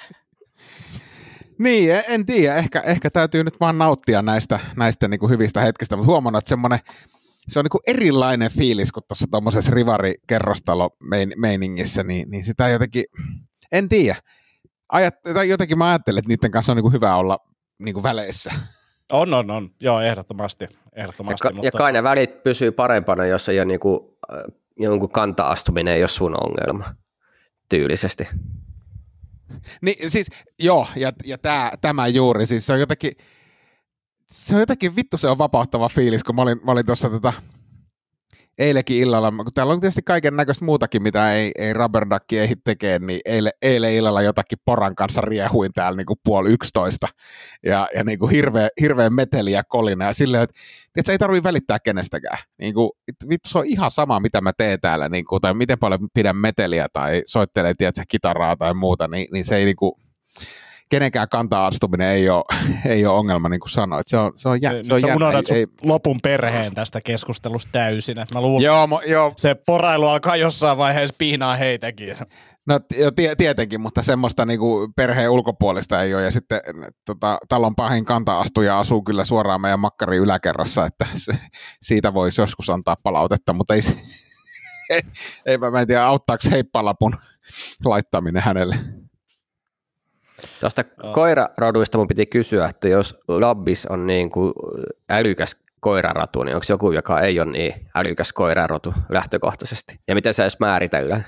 Niin, en tiedä. Ehkä, ehkä täytyy nyt vaan nauttia näistä, näistä niin kuin hyvistä hetkistä, mutta huomannut, että semmoinen, se on niin kuin erilainen fiilis kuin tuossa tuommoisessa rivari-kerrostalo-meiningissä, niin, niin sitä jotenkin, en tiedä. Ajat, tai jotenkin mä ajattelen, että niiden kanssa on niin kuin hyvä olla niin kuin väleissä. On, on, on. Joo, ehdottomasti. ehdottomasti ja, ka- mutta... ja kai ne välit pysyy parempana, jos ei ole niinku, äh, jonkun kanta-astuminen, ei ole sun ongelma tyylisesti. Niin siis, joo, ja, ja tää, tämä juuri, siis se on jotenkin, se on jotenkin, vittu se on vapauttava fiilis, kun mä olin, mä olin tuossa tota, eilenkin illalla, kun täällä on tietysti kaiken näköistä muutakin, mitä ei, ei Rubber Duck ehdi tekemään, niin eilen, eilen illalla jotakin poran kanssa riehuin täällä niin kuin puoli yksitoista, ja, ja niin kuin hirveä, hirveä meteli ja kolina, ja silleen, että, että ei tarvitse välittää kenestäkään. Niin kuin, vittu, se on ihan sama, mitä mä teen täällä, niin kuin, tai miten paljon pidän meteliä, tai soittelee, tiedätkö, kitaraa tai muuta, niin, niin se ei niin kuin, kenenkään kantaa astuminen ei ole, ei ole ongelma, niin kuin sanoit. Se on, se on, jä, se on jännä. Nyt sä unohdat ei, sun lopun perheen tästä keskustelusta täysin. Että mä luulen, joo, mo, joo. se porailu alkaa jossain vaiheessa piinaa heitäkin. No t- tietenkin, mutta semmoista niinku perheen ulkopuolista ei ole. Ja sitten tota, talon pahin kanta-astuja asuu kyllä suoraan meidän makkarin yläkerrassa, että se, siitä voisi joskus antaa palautetta, mutta ei, ei, ei mä en tiedä, auttaako heippalapun laittaminen hänelle. Tuosta koiraroduista mun piti kysyä, että jos Labbis on niin kuin älykäs koiraratu, niin onko joku, joka ei ole niin älykäs koirarotu lähtökohtaisesti? Ja miten se edes määritellään?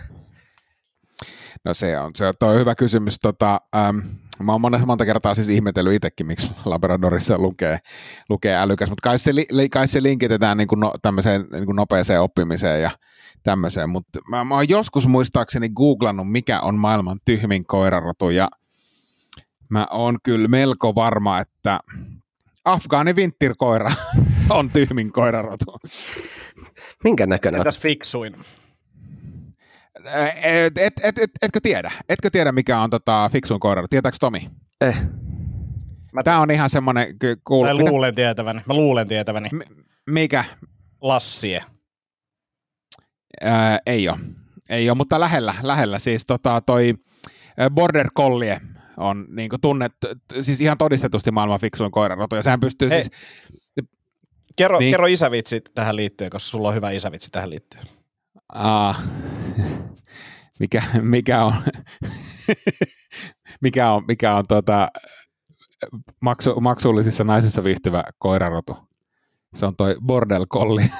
No se on, se on toi hyvä kysymys. Tota, ähm, mä oon monta, monta kertaa siis ihmetellyt itsekin, miksi Labradorissa lukee, lukee älykäs, mutta kai se, li, kai se linkitetään niin kuin no, tämmöiseen niin kuin nopeeseen oppimiseen ja tämmöiseen, mutta mä, mä oon joskus muistaakseni googlannut, mikä on maailman tyhmin koirarotu, ja mä oon kyllä melko varma, että afgaani vinttirkoira on tyhmin koirarotu. Minkä näköinen? Entäs fiksuin? Et, et, et, et, etkö tiedä? Etkö tiedä, mikä on tota fiksuin koirarotu? Tietääkö Tomi? Eh. Tää on ihan semmoinen... Kuul... Mä luulen tietäväni. Mä luulen tietäväni. M- mikä? Lassie. Ää, ei ole. Ei ole, mutta lähellä. lähellä. Siis tota, toi Border Collie on niin kuin tunnettu, siis ihan todistetusti maailman fiksuin koirarotu, ja sehän pystyy Hei, siis... Kerro, niin. kerro isävitsi tähän liittyen, koska sulla on hyvä isävitsi tähän liittyen. Aa, mikä, mikä on, mikä on, mikä on tota, maksu, maksullisissa naisissa viihtyvä koirarotu? Se on toi Border Collie.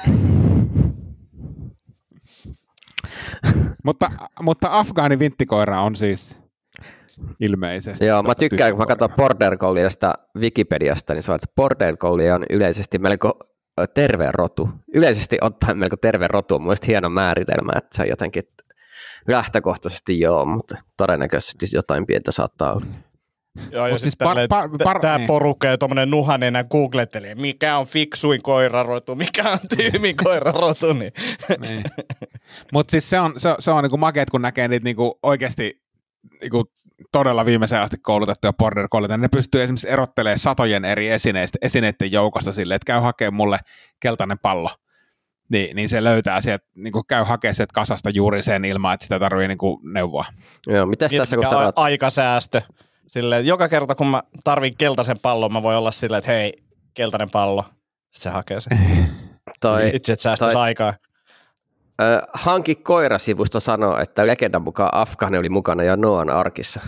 mutta, mutta afgaani vinttikoira on siis ilmeisesti. Joo, mä tykkään, kun mä katson Border Colliesta Wikipediasta, niin se on, että Border Collie on yleisesti melko terve rotu. Yleisesti ottaen melko terve rotu on mielestäni hieno määritelmä, että se on jotenkin lähtökohtaisesti joo, mutta todennäköisesti jotain pientä saattaa olla. Joo, ja siis sitten par, par, par, tämä niin. porukka ja tuommoinen nuhanenä googlettelee, mikä on fiksuin koirarotu, mikä on tyhmin koirarotu. Niin. niin. Mutta siis se on, se, se on niinku makeet, kun näkee niitä niinku oikeasti niinku todella viimeiseen asti koulutettuja border collieita. Ne pystyy esimerkiksi erottelemaan satojen eri esineistä, esineiden joukosta silleen, että käy hakemaan mulle keltainen pallo. Niin, niin se löytää sieltä, niin kuin käy hakemaan sieltä kasasta juuri sen ilman, että sitä tarvii niin kuin neuvoa. Joo, mitäs tässä kun a- sä aikasäästö. Silleen, joka kerta kun mä tarvin keltaisen pallon, mä voin olla silleen, että hei, keltainen pallo. Se hakee sen. Toi, Itse et säästäisi toi, aikaa. Ö, Hanki koirasivusto sanoo, että legendan mukaan Afgani oli mukana jo Noan arkissa.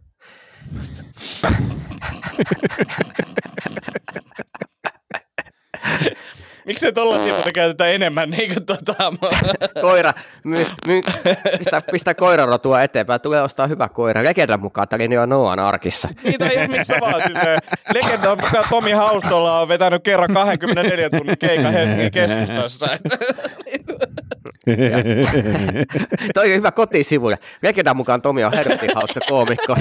Miksi tollaisia muuta käytetään enemmän? Niin kuin tota... Koira, my, my, pistä, pistä koirarotua eteenpäin. Tulee ostaa hyvä koira. Legendan mukaan tämä oli jo Noan arkissa. Niitä ei ole miksi vaan silleen. Legendan mukaan Tomi Haustola on vetänyt kerran kaksikymmentäneljä tunnin keikan Helsingin keskustassa. Toi on hyvä kotisivuille. Legendan mukaan Tomi on helvetin hauska koomikko.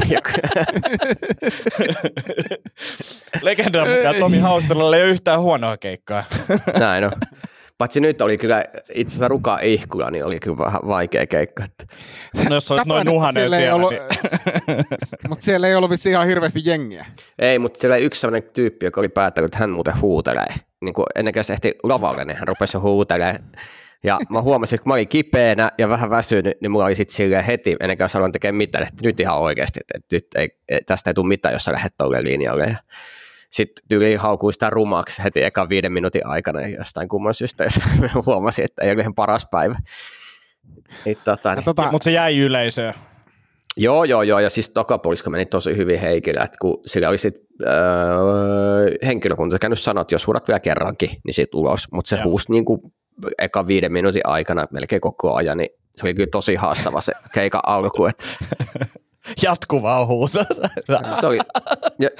Legendan mukaan Tomi Haustolalla ei ole yhtään huonoa keikkaa. Näin on. Paitsi nyt oli kyllä itse asiassa Ruka Ihkula, niin oli kyllä vähän vaikea keikka. No jos olet noin nuhanen siellä. Ollut, niin... mutta siellä ei ollut vissiin ihan hirveästi jengiä. Ei, mutta siellä oli yksi sellainen tyyppi, joka oli päättänyt, että hän muuten huutelee. Niin kuin ennen kuin se ehti lavalle, niin hän rupesi jo huutelemaan. Ja mä huomasin, että kun mä olin kipeänä ja vähän väsynyt, niin mulla oli sitten silleen heti, ennen kuin aloin tekemään mitään, että nyt ihan oikeasti, että nyt ei, tästä ei tule mitään, jos sä lähdet tuolle linjalle. Sitten tyyli haukui sitä rumaksi heti ekan viiden minuutin aikana, ja jostain kumman syystä, ja huomasin, että ei ole ihan paras päivä. Tota, niin. tota... Mutta se jäi yleisöön. Joo, joo, joo, ja siis takapuolisko meni tosi hyvin Heikillä, että kun sillä oli sitten öö, henkilökunta käynyt sanoa, että jos huudat vielä kerrankin, niin siitä ulos, mutta se joo. huusi niin kuin ekan viiden minuutin aikana melkein koko ajan, niin se oli kyllä tosi haastava se keikan alku. Että... Jatkuvaa huuta. Se oli... Ja...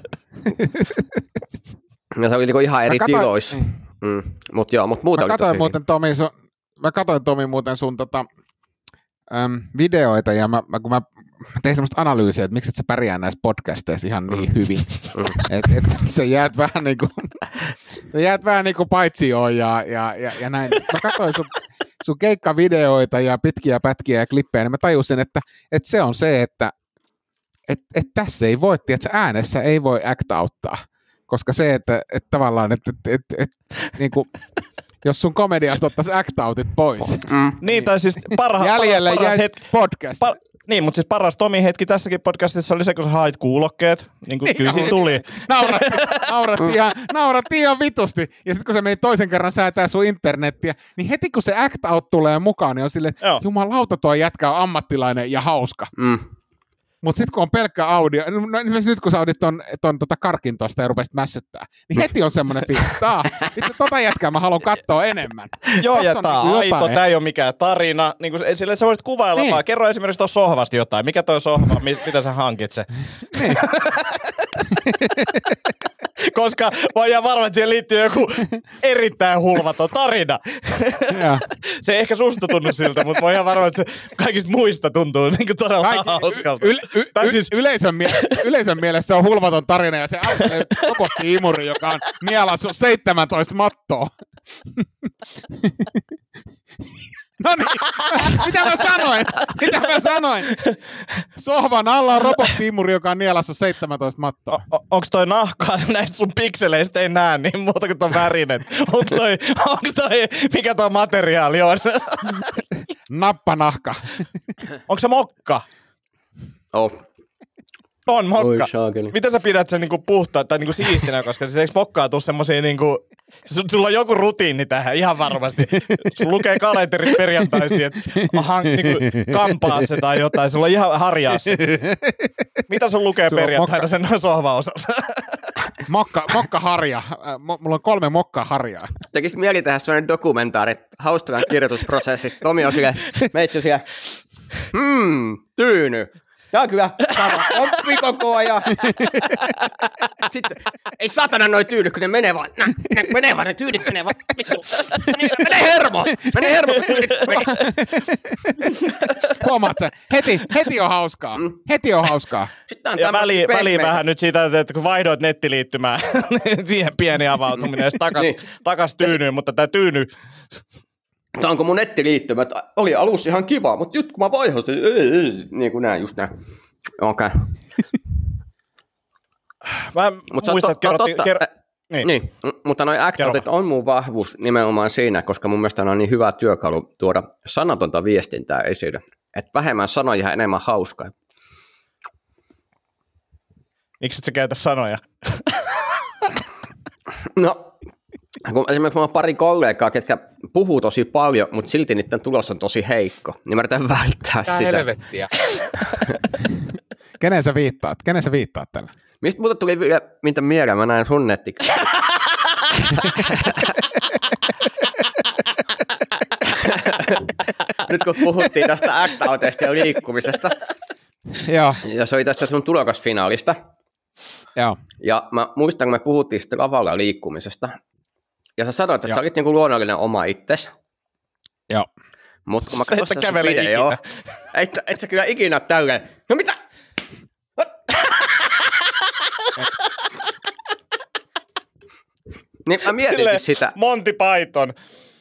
Ja se oli niinku ihan eri katoin... tiloissa. Mm. Mutta joo, mutta muuta mä oli tosi muuten, Tomi, sun... Mä katsoin Tomi muuten sun tota, äm, videoita ja mä, mä, kun mä tein semmoista analyysiä, että miksi et sä pärjää näissä podcasteissa ihan niin mm. hyvin. Mm. Että et, sä jäät vähän niin kuin, jäät vähän niin kuin paitsioon ja, ja, ja, ja näin. Mä katsoin sun, sun keikkavideoita ja pitkiä pätkiä ja klippejä, niin mä tajusin, että, että se on se, että et, et tässä ei voi, että äänessä ei voi act-outtaa. Koska se, että, että tavallaan, että, että, että, että niin kuin, jos sun komediasta ottaisi act-outit pois. Mm. Niin, tai siis parha, jäljelle paras, paras hetki. Podcast. Par, niin, mutta siis paras Tomi hetki tässäkin podcastissa oli se, kun sä hait kuulokkeet. Niin kuin kyllä siinä tuli. Nauratti, nauratti, ihan, nauratti ihan vitusti. Ja sitten kun se meni toisen kerran säätää sun internettiä, niin heti kun se act-out tulee mukaan, niin on silleen, että jumalauta tuo jätkä on ammattilainen ja hauska. Mm. Mutta sitten kun on pelkkä audio, no, nyt kun sä audit ton, ton tota karkin tosta ja rupesit mässyttää, niin heti on semmoinen fiilis, että tota jätkää mä haluan katsoa enemmän. Joo, ja tää on aito, jotain. Tää ei ole mikään tarina. Niin kuin, sille sä voisit kuvailla niin. vaan. Kerro esimerkiksi tuossa sohvasti jotain. Mikä toi sohva, mitä sä hankit se? Niin. Koska mä oon ihan varma, että siihen liittyy joku erittäin hulvaton tarina. Se ei ehkä susta tunnu siltä, mutta mä oon ihan varma, että se kaikista muista tuntuu niin kuin todella Kaikki, hauskalta. Y- y- y- siis... yleisön, mie- yleisön mielestä se on hulvaton tarina ja se alkaa robotti-imuri, joka on nielas seitsemäntoista mattoa. No niin, mitä mä sanoin? Mitä mä sanoin? Sohvan alla on robotti-imuri, joka on nielassa seitsemäntoista mattoa. O- onks toi nahkaa näistä sun pikseleistä ei näe niin muuta kuin ton värinet? Onks toi, onks toi, mikä toi materiaali on? Nappanahka. Onks se mokka? Oh. On mokka. Mitä sä pidät sen niinku puhtaan tai niinku siistinä, koska siis eikö mokkaa tuu semmosia niinku... Sulla on joku rutiini tähän, ihan varmasti. Sulla lukee kalenterit perjantaisin, että niinku kampaa se tai jotain. Sulla on ihan harjaa se. Mitä sun lukee sulla perjantaina sen sohvan osalta? Mokka, mokkaharja. Mulla on kolme mokkaharjaa. Tekisi mieli tehdä sellainen dokumentaari, Haustalan kirjoitusprosessi. Tomi on siellä, meitsy siellä, hmm, tyyny. Tää on kyllä sama, oppi koko ajan. Sitten, ei satana noi tyynyt, kun ne menee vaan, nä, ne menee vaan, ne tyynit menee vaan, vittu, menee hermo, menee hermo, kun tyynit menee. Huomaat sä, heti, heti on hauskaa, mm. heti on hauskaa. Ja väliin väli vähän nyt siitä, että kun vaihdoit nettiliittymään, siihen pieni avautuminen, ja takas, niin. takas tyynyyn, mutta tää tyyny... Tämä onko mun nettiliittymä, oli alussa ihan kiva, mutta nyt kun mä vaihosin, niin kuin näin, just näin. Okei. Okay. Mä Mut muistan, että kerrottiin... Ker- niin. niin, mutta noi actorit on mun vahvuus nimenomaan siinä, koska mun mielestä on niin hyvä työkalu tuoda sanatonta viestintää esille. Että vähemmän sanoja ja enemmän hauskaa. Miksi et sä käytä sanoja? No... kun esimerkiksi mulla on pari kollegaa, ketkä puhuu tosi paljon, mutta silti niiden tulos on tosi heikko, niin mä yritän välttää Tää sitä. helvettiä. Kenen sä viittaat? Kenen sä viittaat tällä? Mistä muuta tuli vielä, mitä mieleen, mä näin sun nettiksi. Nyt kun puhuttiin tästä act-outeista ja liikkumisesta, Joo, ja se oli tästä sun tulokasfinaalista, joo. ja mä muistan, kun me puhuttiin sitten lavalla liikkumisesta, ja sä sanoit, että Joo. sä olit niinku luonnollinen oma itsesi, Joo. mutta kun mä Et katsoin sä sitä sun kävele videoa, ikinä. et, et sä kyllä ikinä ole tälleen, no mitä? Niin mä mietin Silleen siis sitä. Monty Python.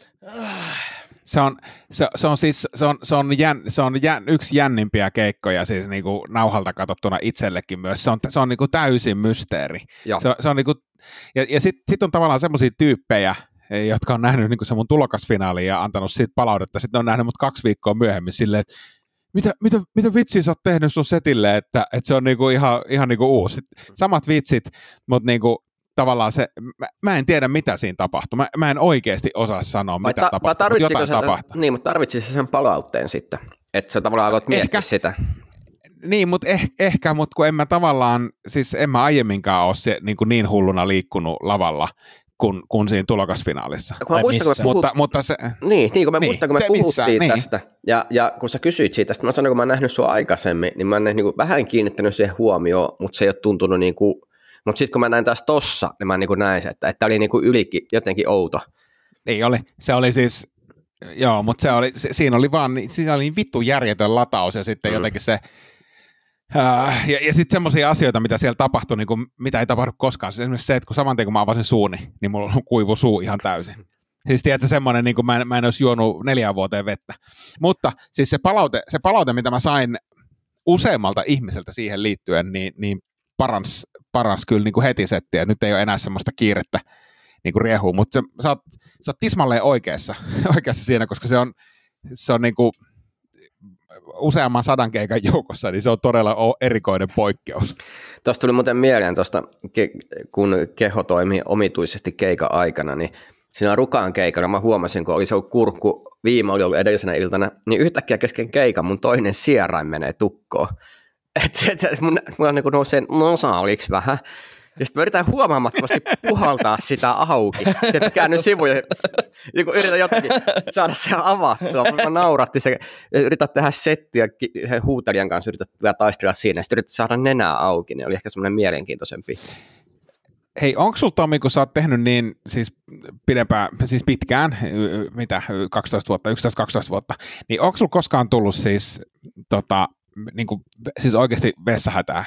Se on, se, se on siis se on, se on, jän, se on jän, yksi jännimpiä keikkoja siis niinku nauhalta katsottuna itsellekin myös. Se on, se on niinku täysin mysteeri. Joo. Se, se on niinku, ja ja sitten sit on tavallaan semmoisia tyyppejä, jotka on nähnyt niinku se mun tulokasfinaaliin ja antanut siitä palautetta. Sitten on nähnyt mut kaksi viikkoa myöhemmin silleen, että mitä, mitä, mitä vitsiä sä oot tehnyt sun setille, että, että se on niinku ihan, ihan niinku uusi. Sitten samat vitsit, mutta niinku tavallaan se, mä, mä en tiedä mitä siinä tapahtuu. Mä, mä en oikeasti osaa sanoa, Vai mitä ta- tapahtuu, vai mutta tarvitsiko jotain se, tapahtuu. niin, mutta tarvitsisi sen palautteen sitten, että sä tavallaan aloit miettiä Ehkä. sitä. Niin, mutta eh, ehkä, mutta kun en mä tavallaan, siis en mä aiemminkaan ole se, niin, kuin niin hulluna liikkunut lavalla kuin, kuin siinä tulokasfinaalissa. Kun mä Ai muistan, kun missä? me puhut... Mutta, mutta se, Niin, niin kun mä Niin, muistan, kun me te puhuttiin missään, niin. tästä, ja, ja kun sä kysyit siitä, sitten mä sanoin, kun mä oon nähnyt sua aikaisemmin, niin mä oon niin kuin vähän kiinnittänyt siihen huomioon, mutta se ei ole tuntunut niin kuin, mutta sitten kun mä näin taas tossa, niin mä niin kuin näin, että että oli niin kuin ylikin jotenkin outo. niin oli, se oli siis, joo, mutta se oli, se, siinä oli vaan, niin- siinä oli niin vittu järjetön lataus ja sitten Mm. mm. jotenkin se, äh, ja, ja sitten semmoisia asioita, mitä siellä tapahtui, niin kuin, mitä ei tapahdu koskaan. Siis esimerkiksi se, että kun saman tien kun mä avasin suuni, niin mulla kuivui suu ihan täysin. Siis tiedätkö semmoinen, niin kuin mä en, mä en olisi juonut neljään vuoteen vettä. Mutta siis se palaute, se palaute, mitä mä sain useammalta ihmiseltä siihen liittyen, niin, niin parans, parans kyllä niin kuin heti settiä. Nyt ei ole enää semmoista kiirettä niin kuin riehuu, mutta se, sä, oot, sä oot tismalleen oikeassa, oikeassa siinä, koska se on, se on niin kuin useamman sadan keikan joukossa, niin se on todella o- erikoinen poikkeus. Tuosta tuli muuten mieleen tuosta, ke- kun keho toimii omituisesti keikan aikana, niin siinä rukaan keikana mä huomasin, kun oli se kurkku, viime oli ollut edellisenä iltana, niin yhtäkkiä kesken keikan mun toinen sierain menee tukkoon. Että et, et, mun, mulla niin nousee nasaaliksi vähän. Ja sitten mä yritän huomaamattomasti puhaltaa sitä auki. Sitten käännyn sivuun ja niin yritän jotenkin saada se avattua. Mä nauratti se. Yritän tehdä settiä huutelijan kanssa, yritän vielä taistella siinä. Sitten yritän saada nenää auki, niin oli ehkä semmoinen mielenkiintoisempi. Hei, onko sulla Tomi, kun sä oot tehnyt niin siis pidempään, siis pitkään, y- mitä, kaksitoista vuotta, yksitoista kaksitoista vuotta, niin onko sulla koskaan tullut siis, tota, niin kuin, siis oikeasti vessahätää?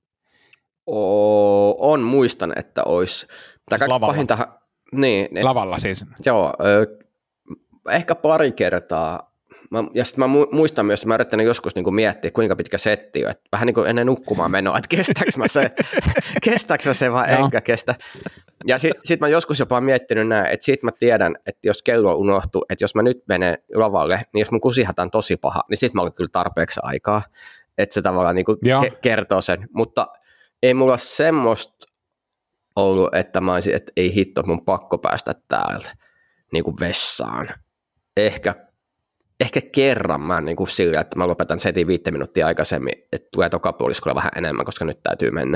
Oo, on, muistan, että olisi. Tai Siis lavalla. pahintahan, niin, et, Lavalla siis. joo, ö, ehkä pari kertaa. Mä, ja sitten mä mu- muistan myös, että mä yrittänyt joskus niinku miettiä, kuinka pitkä setti on. Et vähän niin kuin ennen nukkumaan menoa, että kestääkö mä se, kestääkö mä se vai Joo. enkä kestä. Ja sitten sit mä joskus jopa miettinyt näin, että siitä mä tiedän, että jos kello unohtuu, että jos mä nyt menen lavalle, niin jos mun kusihätä on tosi paha, niin sit mä olen kyllä tarpeeksi aikaa. Että se tavallaan niinku ke- kertoo sen. Mutta ei mulla semmoista ollut, että mä olisin, että ei hitto, mun pakko päästä täältä niinku vessaan. Ehkä Ehkä kerran mä niin kuin sillä, että mä lopetan setin viittä minuuttia aikaisemmin, että tulee toka puoliskolla vähän enemmän, koska nyt täytyy mennä.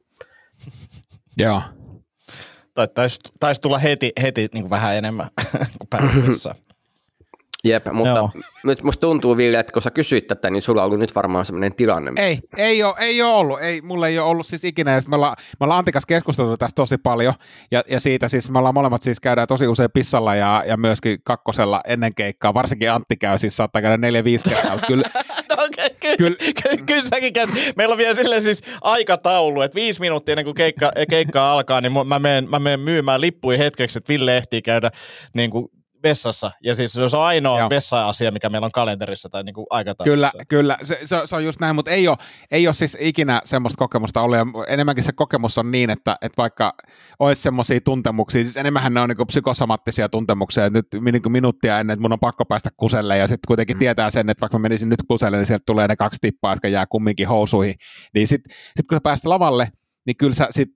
Joo. Tai taisi tais tulla heti, heti niin kuin vähän enemmän kuin päätössä. Jep, mutta Joo. nyt musta tuntuu, Ville, että kun sä kysyit tätä, niin sulla on ollut nyt varmaan sellainen tilanne. Ei, ei ole, ei ole ollut. Ei, mulla ei ole ollut siis ikinä. Ja me ollaan, me ollaan Antikas keskusteltu tästä tosi paljon. Ja, ja siitä siis me ollaan molemmat siis käydään tosi usein pissalla ja, ja myöskin kakkosella ennen keikkaa. Varsinkin Antti käy, siis saattaa käydä neljä viisi kertaa. Kyllä, No, ky- ky- Kyllä. ky- kyllä säkin käyt. Meillä on vielä silleen siis aikataulu, että viisi minuuttia ennen kuin keikka, keikka alkaa, niin mä menen, mä menen myymään lippuja hetkeksi, että Ville ehtii käydä niin kuin vessassa. Ja siis se on ainoa Joo. vessa-asia, mikä meillä on kalenterissa tai niin kuin aikataulussa. Kyllä, kyllä. Se, se, se on just näin, mutta ei ole, ei ole siis ikinä semmoista kokemusta ollut. Ja enemmänkin se kokemus on niin, että, että vaikka olisi semmoisia tuntemuksia, siis enemmänhän ne on niin kuin psykosomaattisia tuntemuksia, että nyt niin kuin minuuttia ennen, että mun on pakko päästä kuselle, ja sitten kuitenkin mm. tietää sen, että vaikka mä menisin nyt kuselle, niin sieltä tulee ne kaksi tippaa, jotka jää kumminkin housuihin. Niin sitten sit kun sä pääset lavalle, niin kyllä sä sit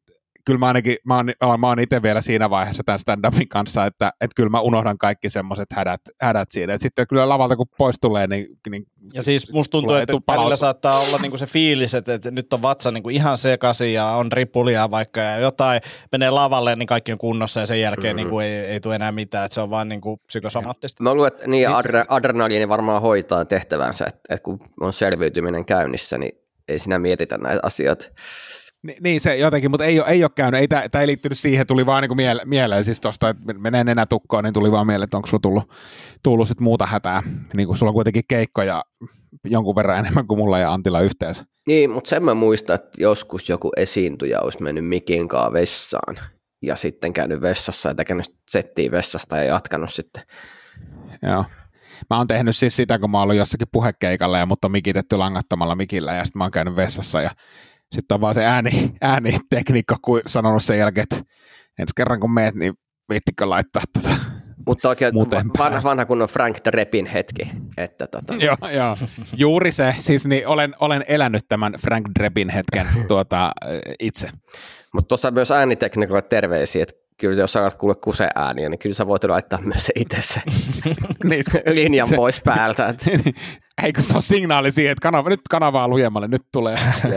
kyllä mä ainakin, mä oon, mä oon itse vielä siinä vaiheessa tämän stand-upin kanssa, että, että kyllä mä unohdan kaikki semmoiset hädät, hädät siinä. Et sitten kyllä lavalta kun pois tulee, niin... niin ja siis musta tuntuu, että välillä saattaa olla niinku se fiilis, että, että nyt on vatsa niinku ihan sekaisin ja on ripulia vaikka ja jotain menee lavalle, niin kaikki on kunnossa ja sen jälkeen mm-hmm. niinku ei, ei tule enää mitään, että se on vaan niinku psykosomaattista. Mä luulen, että niin adre, adrenaliini varmaan hoitaa tehtävänsä, että, että kun on selviytyminen käynnissä, niin ei siinä mietitä näitä asioita. Ni, niin se jotenkin, mutta ei ole, ei ole käynyt, ei, tämä ei liittynyt siihen, tuli vaan niin kuin miele, mieleen siis tuosta, että menee nenätukkoon, niin tuli vaan mieleen, että onko sulla tullut, tullut sit muuta hätää, niin kuin sulla on kuitenkin keikkoja jonkun verran enemmän kuin mulla ja Antilla yhteensä. Niin, mutta sen mä muistan, että joskus joku esiintyjä olisi mennyt mikinkaan vessaan ja sitten käynyt vessassa ja tekenyt settiä vessasta ja jatkanut sitten. Joo. Mä oon tehnyt siis sitä, kun mä oon ollut jossakin puhekeikalla ja mut on mikitetty langattomalla mikillä ja sitten mä oon käynyt vessassa ja sitten on vaan se ääni, äänitekniikka sanonut sen jälkeen, että ensi kerran kun meet, niin viittikö laittaa tätä. Mutta oikein vanha, vanha kun on Frank Drepin hetki. Että tota. joo, joo, juuri se. Siis niin olen, olen elänyt tämän Frank Drepin hetken tuota, itse. Mutta tuossa myös äänitekniikolle terveisiä, että kyllä jos sä alat kuulla kuse-ääniä, niin kyllä sä voit laittaa myös se itse se niin, linjan se, pois päältä. Eikö se ole signaali siihen, että kanava, nyt kanavaa lujemmalle, nyt tulee.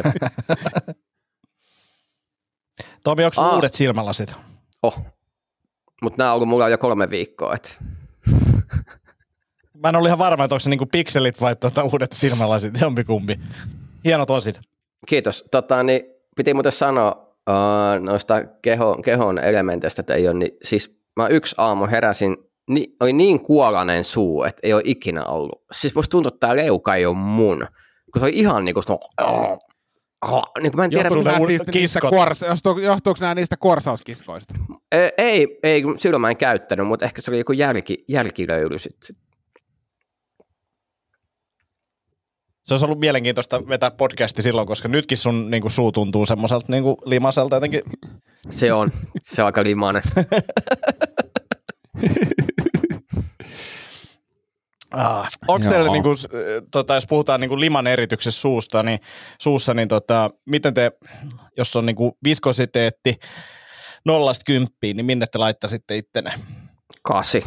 Tomi, onko Aa. uudet silmälasit? Oh, mutta nämä on ollut mulla jo kolme viikkoa. Et. Mä en ollut ihan varma, että onko se niinku pikselit vai tuota uudet silmälasit, jompikumpi. Hienot osit. Kiitos. Tota, niin, piti muuten sanoa, Uh, noista keho, kehon elementeistä, että ei ole, niin, siis mä yksi aamu heräsin, niin, oli niin kuolainen suu, että ei ole ikinä ollut. Siis musta tuntuu, että tää leuka ei ole mun, kun se oli ihan niin kuin, oh, oh, niin kuin mä en tiedä, mitä kuors, johtuuko nämä niistä kuorsauskiskoista? Ei, ei, ei, silloin mä en käyttänyt, mutta ehkä se oli joku jälki, jälkilöyly sitten. Se olisi ollut mielenkiintoista vetää podcasti silloin, koska nytkin sun niin kuin, suu tuntuu semmoiselta niin kuin, limaselta jotenkin. Se on. Se on aika limainen. ah, onko teille, niin kuin, tota, jos puhutaan niin kuin liman erityksestä suusta, niin, suussa, niin tota, miten te, jos on niin kuin viskositeetti nollasta kymppiin, niin minne te laittaisitte ittenne? Kasi.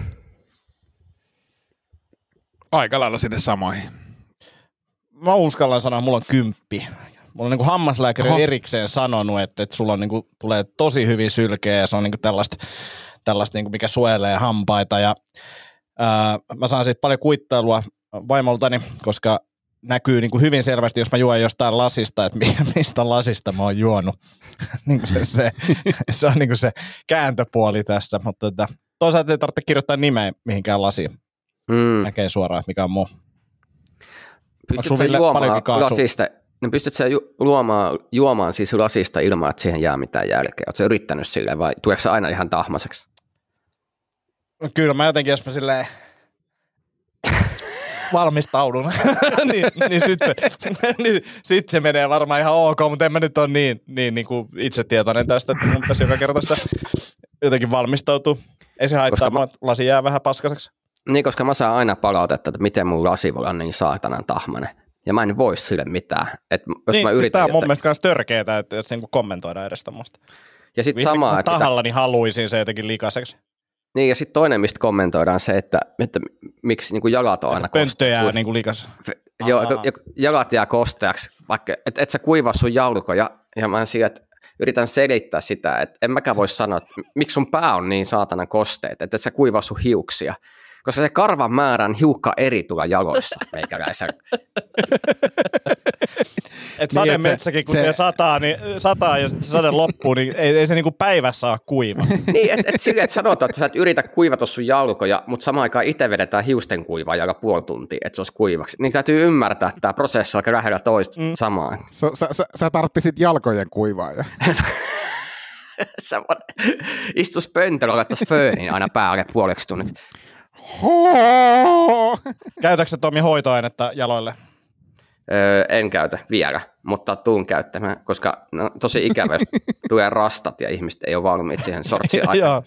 Aika lailla sinne samoihin. Mä uskallan sanoa, että mulla on kymppi. Mulla on niin kuin hammaslääkäri Oho. erikseen sanonut, että, että sulla on niin kuin, tulee tosi hyvin sylkeä ja se on niin kuin tällaista, tällaista niin kuin mikä suojelee hampaita. Ja, ää, mä saan siitä paljon kuittailua vaimoltani, koska näkyy niin kuin hyvin selvästi, jos mä juon jostain lasista, että mistä lasista mä oon juonut. niin kuin se, se, se on niin kuin se kääntöpuoli tässä, mutta että, toisaalta ei tarvitse kirjoittaa nimeä mihinkään lasiin. Mm. Näkee suoraan, mikä on muu. Pystytkö juomaan lasista, niin pystytkö ju- luomaan, juomaan siis lasista ilman, että siihen jää mitään jälkeä? Oletko yrittänyt silleen vai tuleeko se aina ihan tahmaseksi? Kyllä mä jotenkin, jos mä silleen valmistaudun, niin, niin sitten niin, sit se menee varmaan ihan ok, mutta en mä nyt ole niin, niin, niin kuin itsetietoinen tästä, että mun pitäisi joka kerta sitä jotenkin valmistautua. Ei se haittaa, mä... lasi jää vähän paskaseksi. Niin, koska mä saan aina palautetta, että miten mun lasi voi olla niin saatanan tahmanen. Ja mä en voi sille mitään. Et jos niin, mä siis yritän tää on mun jotain... mielestä myös törkeetä, että, että niinku kommentoidaan edes tämmöistä. Ja sit samaa, että tahallani haluaisin se jotenkin likaiseksi. Niin, ja sitten toinen, mistä kommentoidaan se, että, että miksi niin kuin jalat on aina kosteaksi. Pönttö jää niin kuin likas. Joo, jalat jää kosteaksi, vaikka et, et sä kuivaa sun jalkoja, ja mä sillä, että yritän selittää sitä, että en mäkään voi sanoa, että miksi sun pää on niin saatana kosteet, että et sä kuivaa sun hiuksia. Koska se karvan määrän hiukka eri tulla jaloissa, meikäläisen. Et sademetsäkin, kun se sataa, niin sataa ja sitten se sade loppuu, niin ei, ei se niinku päivässä ole kuiva. Niin, että et silleen, että sanotaan, että sä et yritä kuivata sun jalkoja, mutta samaan aikaan itse vedetään hiusten kuivaa joka puoli tuntia, että se olisi kuivaksi. Niin täytyy ymmärtää, että tämä prosessi on aika lähellä toista mm. samaan. So, sä, sä, sä tarttisit jalkojen kuivaa ja... Sä istus pöntöllä, laittaisi föönin aina päälle puoleksi tunniksi. Käytätkö sä Tomi hoitoainetta jaloille? Öö, en käytä vielä, mutta tuun käyttämään, koska no, tosi ikävä, jos tulee rastat ja ihmiset ei ole valmiit siihen sortsiin aikaan.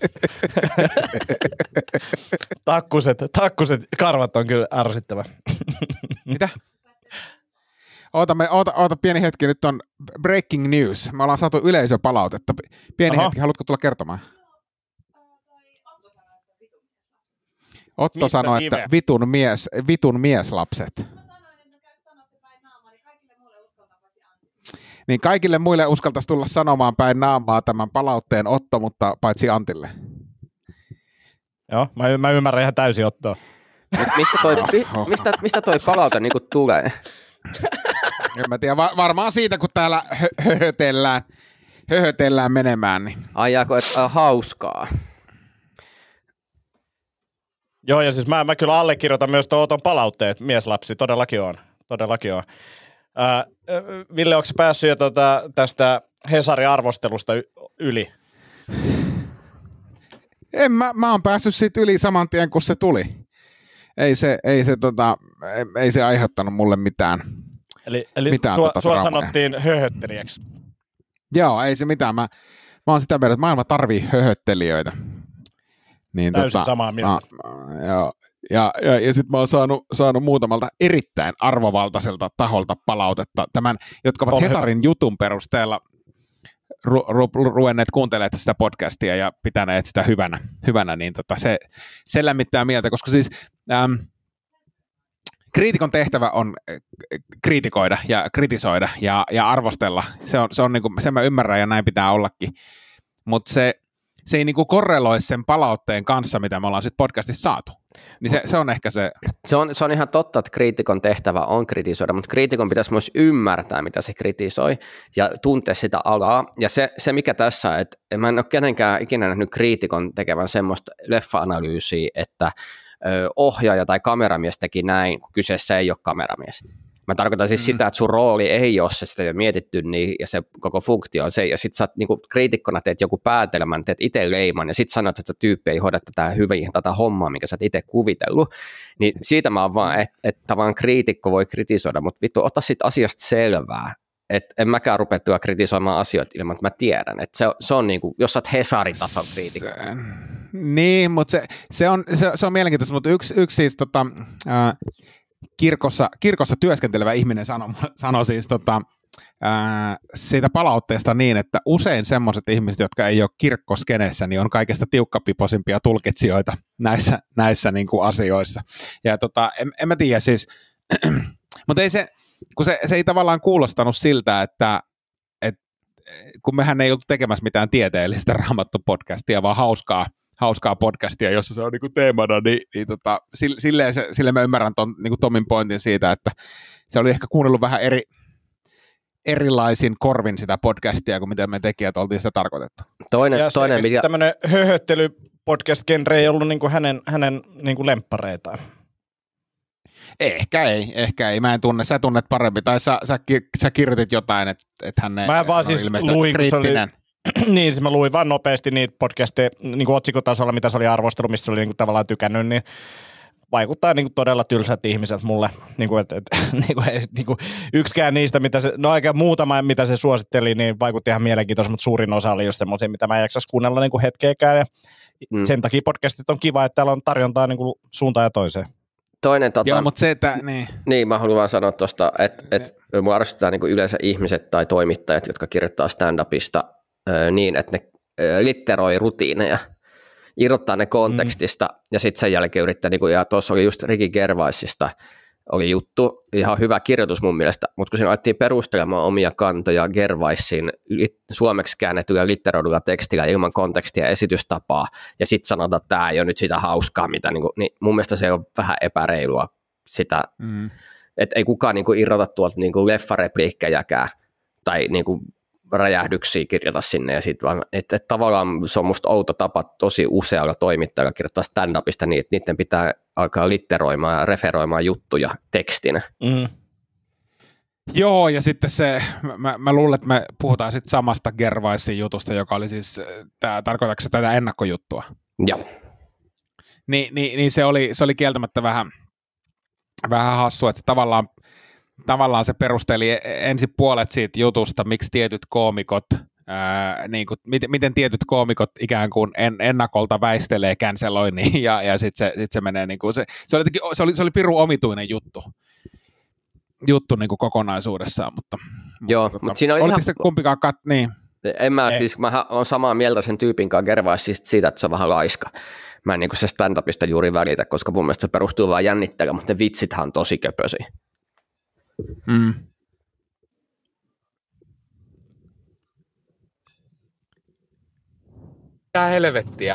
takkuset, takkuset karvat on kyllä ärsyttävä. Mitä? Oota, me, oota, oota pieni hetki, nyt on breaking news. Me ollaan saatu yleisöpalautetta. Pieni Aha. hetki, haluatko tulla kertomaan? Otto Mistä sanoi, kiveä? että vitun, mies, vitun mieslapset. Niin kaikille muille uskaltaisi tulla sanomaan päin naamaa tämän palautteen Otto, mutta paitsi Antille. Joo, mä, y- mä ymmärrän ihan täysin Ottoa. Mistä toi, mistä, mistä toi palaute niinku tulee? En mä tiedä, va- varmaan siitä, kun täällä hö- höhötellään, höhötellään menemään. Niin. Ai jääkö, että äh, hauskaa. Joo, ja siis mä, mä kyllä allekirjoitan myös tuon Oton palautteet, mieslapsi, todellakin on. Todellakin on. Äh, Ville, onko päässyt jo tota, tästä Hesarin arvostelusta y- yli? En, mä, mä oon päässyt siitä yli saman tien, kun se tuli. Ei se, ei se, tota, ei, ei se aiheuttanut mulle mitään. Eli, eli mitään sua, tota sua sanottiin höhöttelijäksi. Joo, ei se mitään. Mä, mä oon sitä mieltä, että maailma tarvii höhöttelijöitä. Niin, Täysin tota, samaa mieltä. Mä, joo, ja ja, ja sitten mä oon saanut, saanut muutamalta erittäin arvovaltaiselta taholta palautetta, tämän, jotka ovat on Hesarin hyvä. jutun perusteella ru, ru, ru, ruvenneet kuuntelemaan sitä podcastia ja pitäneet sitä hyvänä, hyvänä niin tota, se, se lämmittää mieltä, koska siis äm, kriitikon tehtävä on kriitikoida ja kritisoida ja, ja arvostella. Se on, se on niin kuin, sen mä ymmärrän ja näin pitää ollakin, mutta se se ei niinku korreloi sen palautteen kanssa, mitä me ollaan sitten podcastissa saatu. Niin se, se on ehkä se... Se on, se on ihan totta, että kriitikon tehtävä on kritisoida, mutta kriitikon pitäisi myös ymmärtää, mitä se kritisoi ja tuntea sitä alaa. Ja se, se mikä tässä, että mä en ole kenenkään ikinä nähnyt kriitikon tekevän semmoista leffa-analyysiä, että ö, ohjaaja tai kameramies teki näin, kun kyseessä ei ole kameramies. Mä tarkoitan siis mm. sitä, että sun rooli ei ole se, sitä ei ole mietitty niin, ja se koko funktio on se, ja sit sä niinku kriitikkona teet joku päätelmän, teet itse leiman, ja sit sanot, että tyyppi ei hoida tätä hyvin, tätä hommaa, mikä sä oot itse kuvitellut, niin siitä mä oon vaan, että et tavallaan kriitikko voi kritisoida, mutta vittu, ota sit asiasta selvää, että en mäkään rupea tuoda kritisoimaan asioita ilman, että mä tiedän, että se, se on niinku, jos sä oot Hesari-tason kriitikko. Niin, mutta se, se, on, se, se on mielenkiintoista, mutta yksi, yksi siis tota... Äh, Kirkossa, kirkossa työskentelevä ihminen sanoi sano siis tota, ää, siitä palautteesta niin, että usein semmoiset ihmiset, jotka ei ole kirkkoskenessä, niin on kaikista tiukkapiposimpia tulkitsijoita näissä, näissä niin kuin asioissa. Ja tota, en, en mä tiedä siis, mutta ei se, kun se, se ei tavallaan kuulostanut siltä, että et, kun mehän ei oltu tekemässä mitään tieteellistä Raamattu-podcastia, vaan hauskaa, hauskaa podcastia, jossa se on niinku teemana, niin, niin tota, silleen, se, silleen mä ymmärrän ton, niinku Tomin pointin siitä, että se oli ehkä kuunnellut vähän eri, erilaisin korvin sitä podcastia, kuin miten me tekijät oltiin sitä tarkoitettu. Toinen, ja toinen mikä... tämmöinen höhöttely-podcast-genre ei ollut niinku hänen, hänen niinku lemppareitaan. Ehkä ei, ehkä ei. Mä en tunne, sä tunnet paremmin, tai sä, sä, sä kirjoitit jotain, että et hän ei Mä vaan siis luin, kriittinen. Niin, siis mä luin vaan nopeasti niitä podcasteja niin otsikotasolla, mitä se oli arvostellut, missä se oli niin kuin tavallaan tykännyt, niin vaikuttaa niin kuin todella tylsät ihmiset mulle. Niin kuin, et, et, niin kuin, niin kuin yksikään niistä, mitä se, no aika muutama, mitä se suositteli, niin vaikutti ihan mielenkiintoista, mutta suurin osa oli just semmoisia, mitä mä en jaksaisi kuunnella niin kuin hetkeäkään. Ja mm. Sen takia podcastit on kiva, että täällä on tarjontaa niin kuin suuntaan ja toiseen. Toinen, tota, Joo, mutta se, että... Niin, niin mä haluan vaan sanoa tuosta, että et, mua arvostetaan niin kuin yleensä ihmiset tai toimittajat, jotka kirjoittaa stand-upista niin, että ne litteroi rutiineja, irrottaa ne kontekstista mm. ja sitten sen jälkeen yrittää, niin kuin, ja tuossa oli just Ricky Gervaisista oli juttu, ihan hyvä kirjoitus mun mielestä, mutta kun siinä alettiin perustelemaan omia kantoja Gervaisin suomeksi käännetyllä litteroidulla tekstillä ilman kontekstia ja esitystapaa, ja sitten sanotaan, että tämä ei ole nyt sitä hauskaa, mitä, niin, kuin, niin mun mielestä se on vähän epäreilua sitä, mm. että ei kukaan niin kuin, irrota tuolta niin kuin leffarepliikkejäkään, tai niin kuin, räjähdyksiä kirjata sinne, ja sitten vaan, että, että tavallaan se on musta outo tapa tosi usealla toimittajalla kirjoittaa stand-upista niin, että niiden pitää alkaa litteroimaan ja referoimaan juttuja tekstinä. Mm. Joo, ja sitten se, mä, mä luulen, että me puhutaan sitten samasta Gervaisin jutusta, joka oli siis, tää, tarkoitatko se tätä ennakkojuttua? Joo. Ni, niin, niin se, oli, se oli kieltämättä vähän, vähän hassua, että se tavallaan Tavallaan se perusteli ensin puolet siitä jutusta, miksi tietyt koomikot, ää, niin kuin, miten, miten tietyt koomikot ikään kuin en, ennakolta väistelee canceloinnin, ja, ja sitten se, sit se menee, niin kuin, se, se, oli, se, oli, se oli piru omituinen juttu. juttu niin kuin kokonaisuudessaan, mutta... Joo, mutta, mutta siinä on ihan... ihan... kumpikaan kat... Niin. En mä, Ei. siis mä oon samaa mieltä sen tyypin kanssa Gervaisista siitä, että se on vähän laiska. Mä en niin kuin se stand-upista juuri välitä, koska mun mielestä se perustuu vaan jännittelyyn, mutta ne vitsithän on tosi köpösiä. Mm. Mitä helvettiä?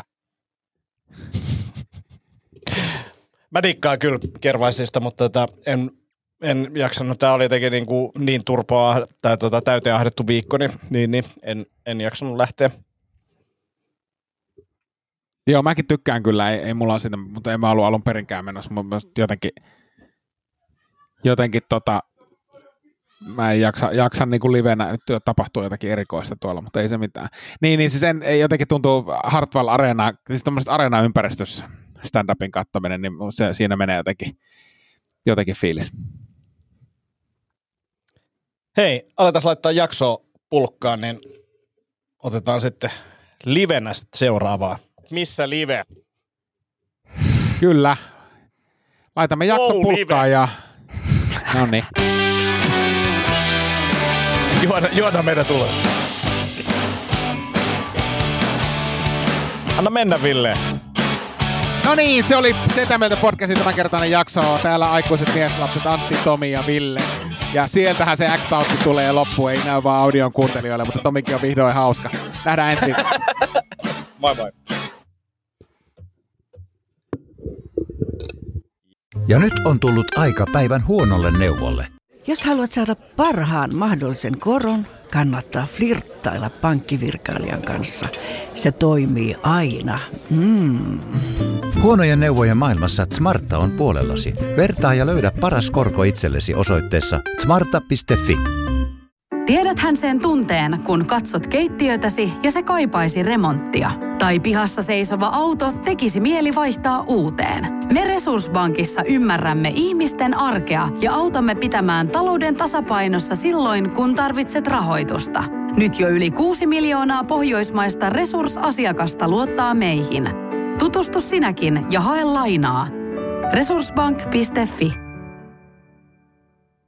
Mä dikkaan kyllä Gervaisista, mutta tota, en, en jaksanut. Tää oli jotenkin niin, kuin niin turpoa tai tota, täyteen ahdettu viikko, niin, niin, niin en, en jaksanut lähteä. Joo, mäkin tykkään kyllä, ei, ei mulla ole sitä, mutta en mä ollut alun perinkään menossa. Mä jotenkin, jotenkin tota, mä en jaksa, jaksa niin kuin livenä, nyt tapahtuu jotakin erikoista tuolla, mutta ei se mitään. Niin, niin siis en, ei jotenkin tuntuu Hartwall Arena, siis tämmöisessä areenaympäristössä stand-upin kattominen, niin se, siinä menee jotenkin, jotenkin fiilis. Hei, aletaan laittaa jaksoa pulkkaan, niin otetaan sitten livenä seuraavaa. Missä live? Kyllä. Laitamme jakso oh, pulkkaan ja... No niin. Juona, juona meidän tulos. Anna mennä, Ville. No niin, se oli Setä Mieltä podcastin tämänkertainen jakso. Täällä aikuiset mieslapset Antti, Tomi ja Ville. Ja sieltähän se act-outti tulee loppuun. Ei näy vaan audion kuuntelijoille, mutta Tomikin on vihdoin hauska. Nähdään ensi viikolla. Moi moi. Ja nyt on tullut aika päivän huonolle neuvolle. Jos haluat saada parhaan mahdollisen koron, kannattaa flirttailla pankkivirkailijan kanssa. Se toimii aina. Mm. Huonojen neuvojen maailmassa Smarta on puolellasi. Vertaa ja löydä paras korko itsellesi osoitteessa smarta piste fi. Tiedäthän sen tunteen, kun katsot keittiötäsi ja se kaipaisi remonttia. Tai pihassa seisova auto tekisi mieli vaihtaa uuteen. Me Resurssbankissa ymmärrämme ihmisten arkea ja autamme pitämään talouden tasapainossa silloin, kun tarvitset rahoitusta. Nyt jo yli kuusi miljoonaa pohjoismaista resursasiakasta luottaa meihin. Tutustu sinäkin ja hae lainaa. resurssbank piste fi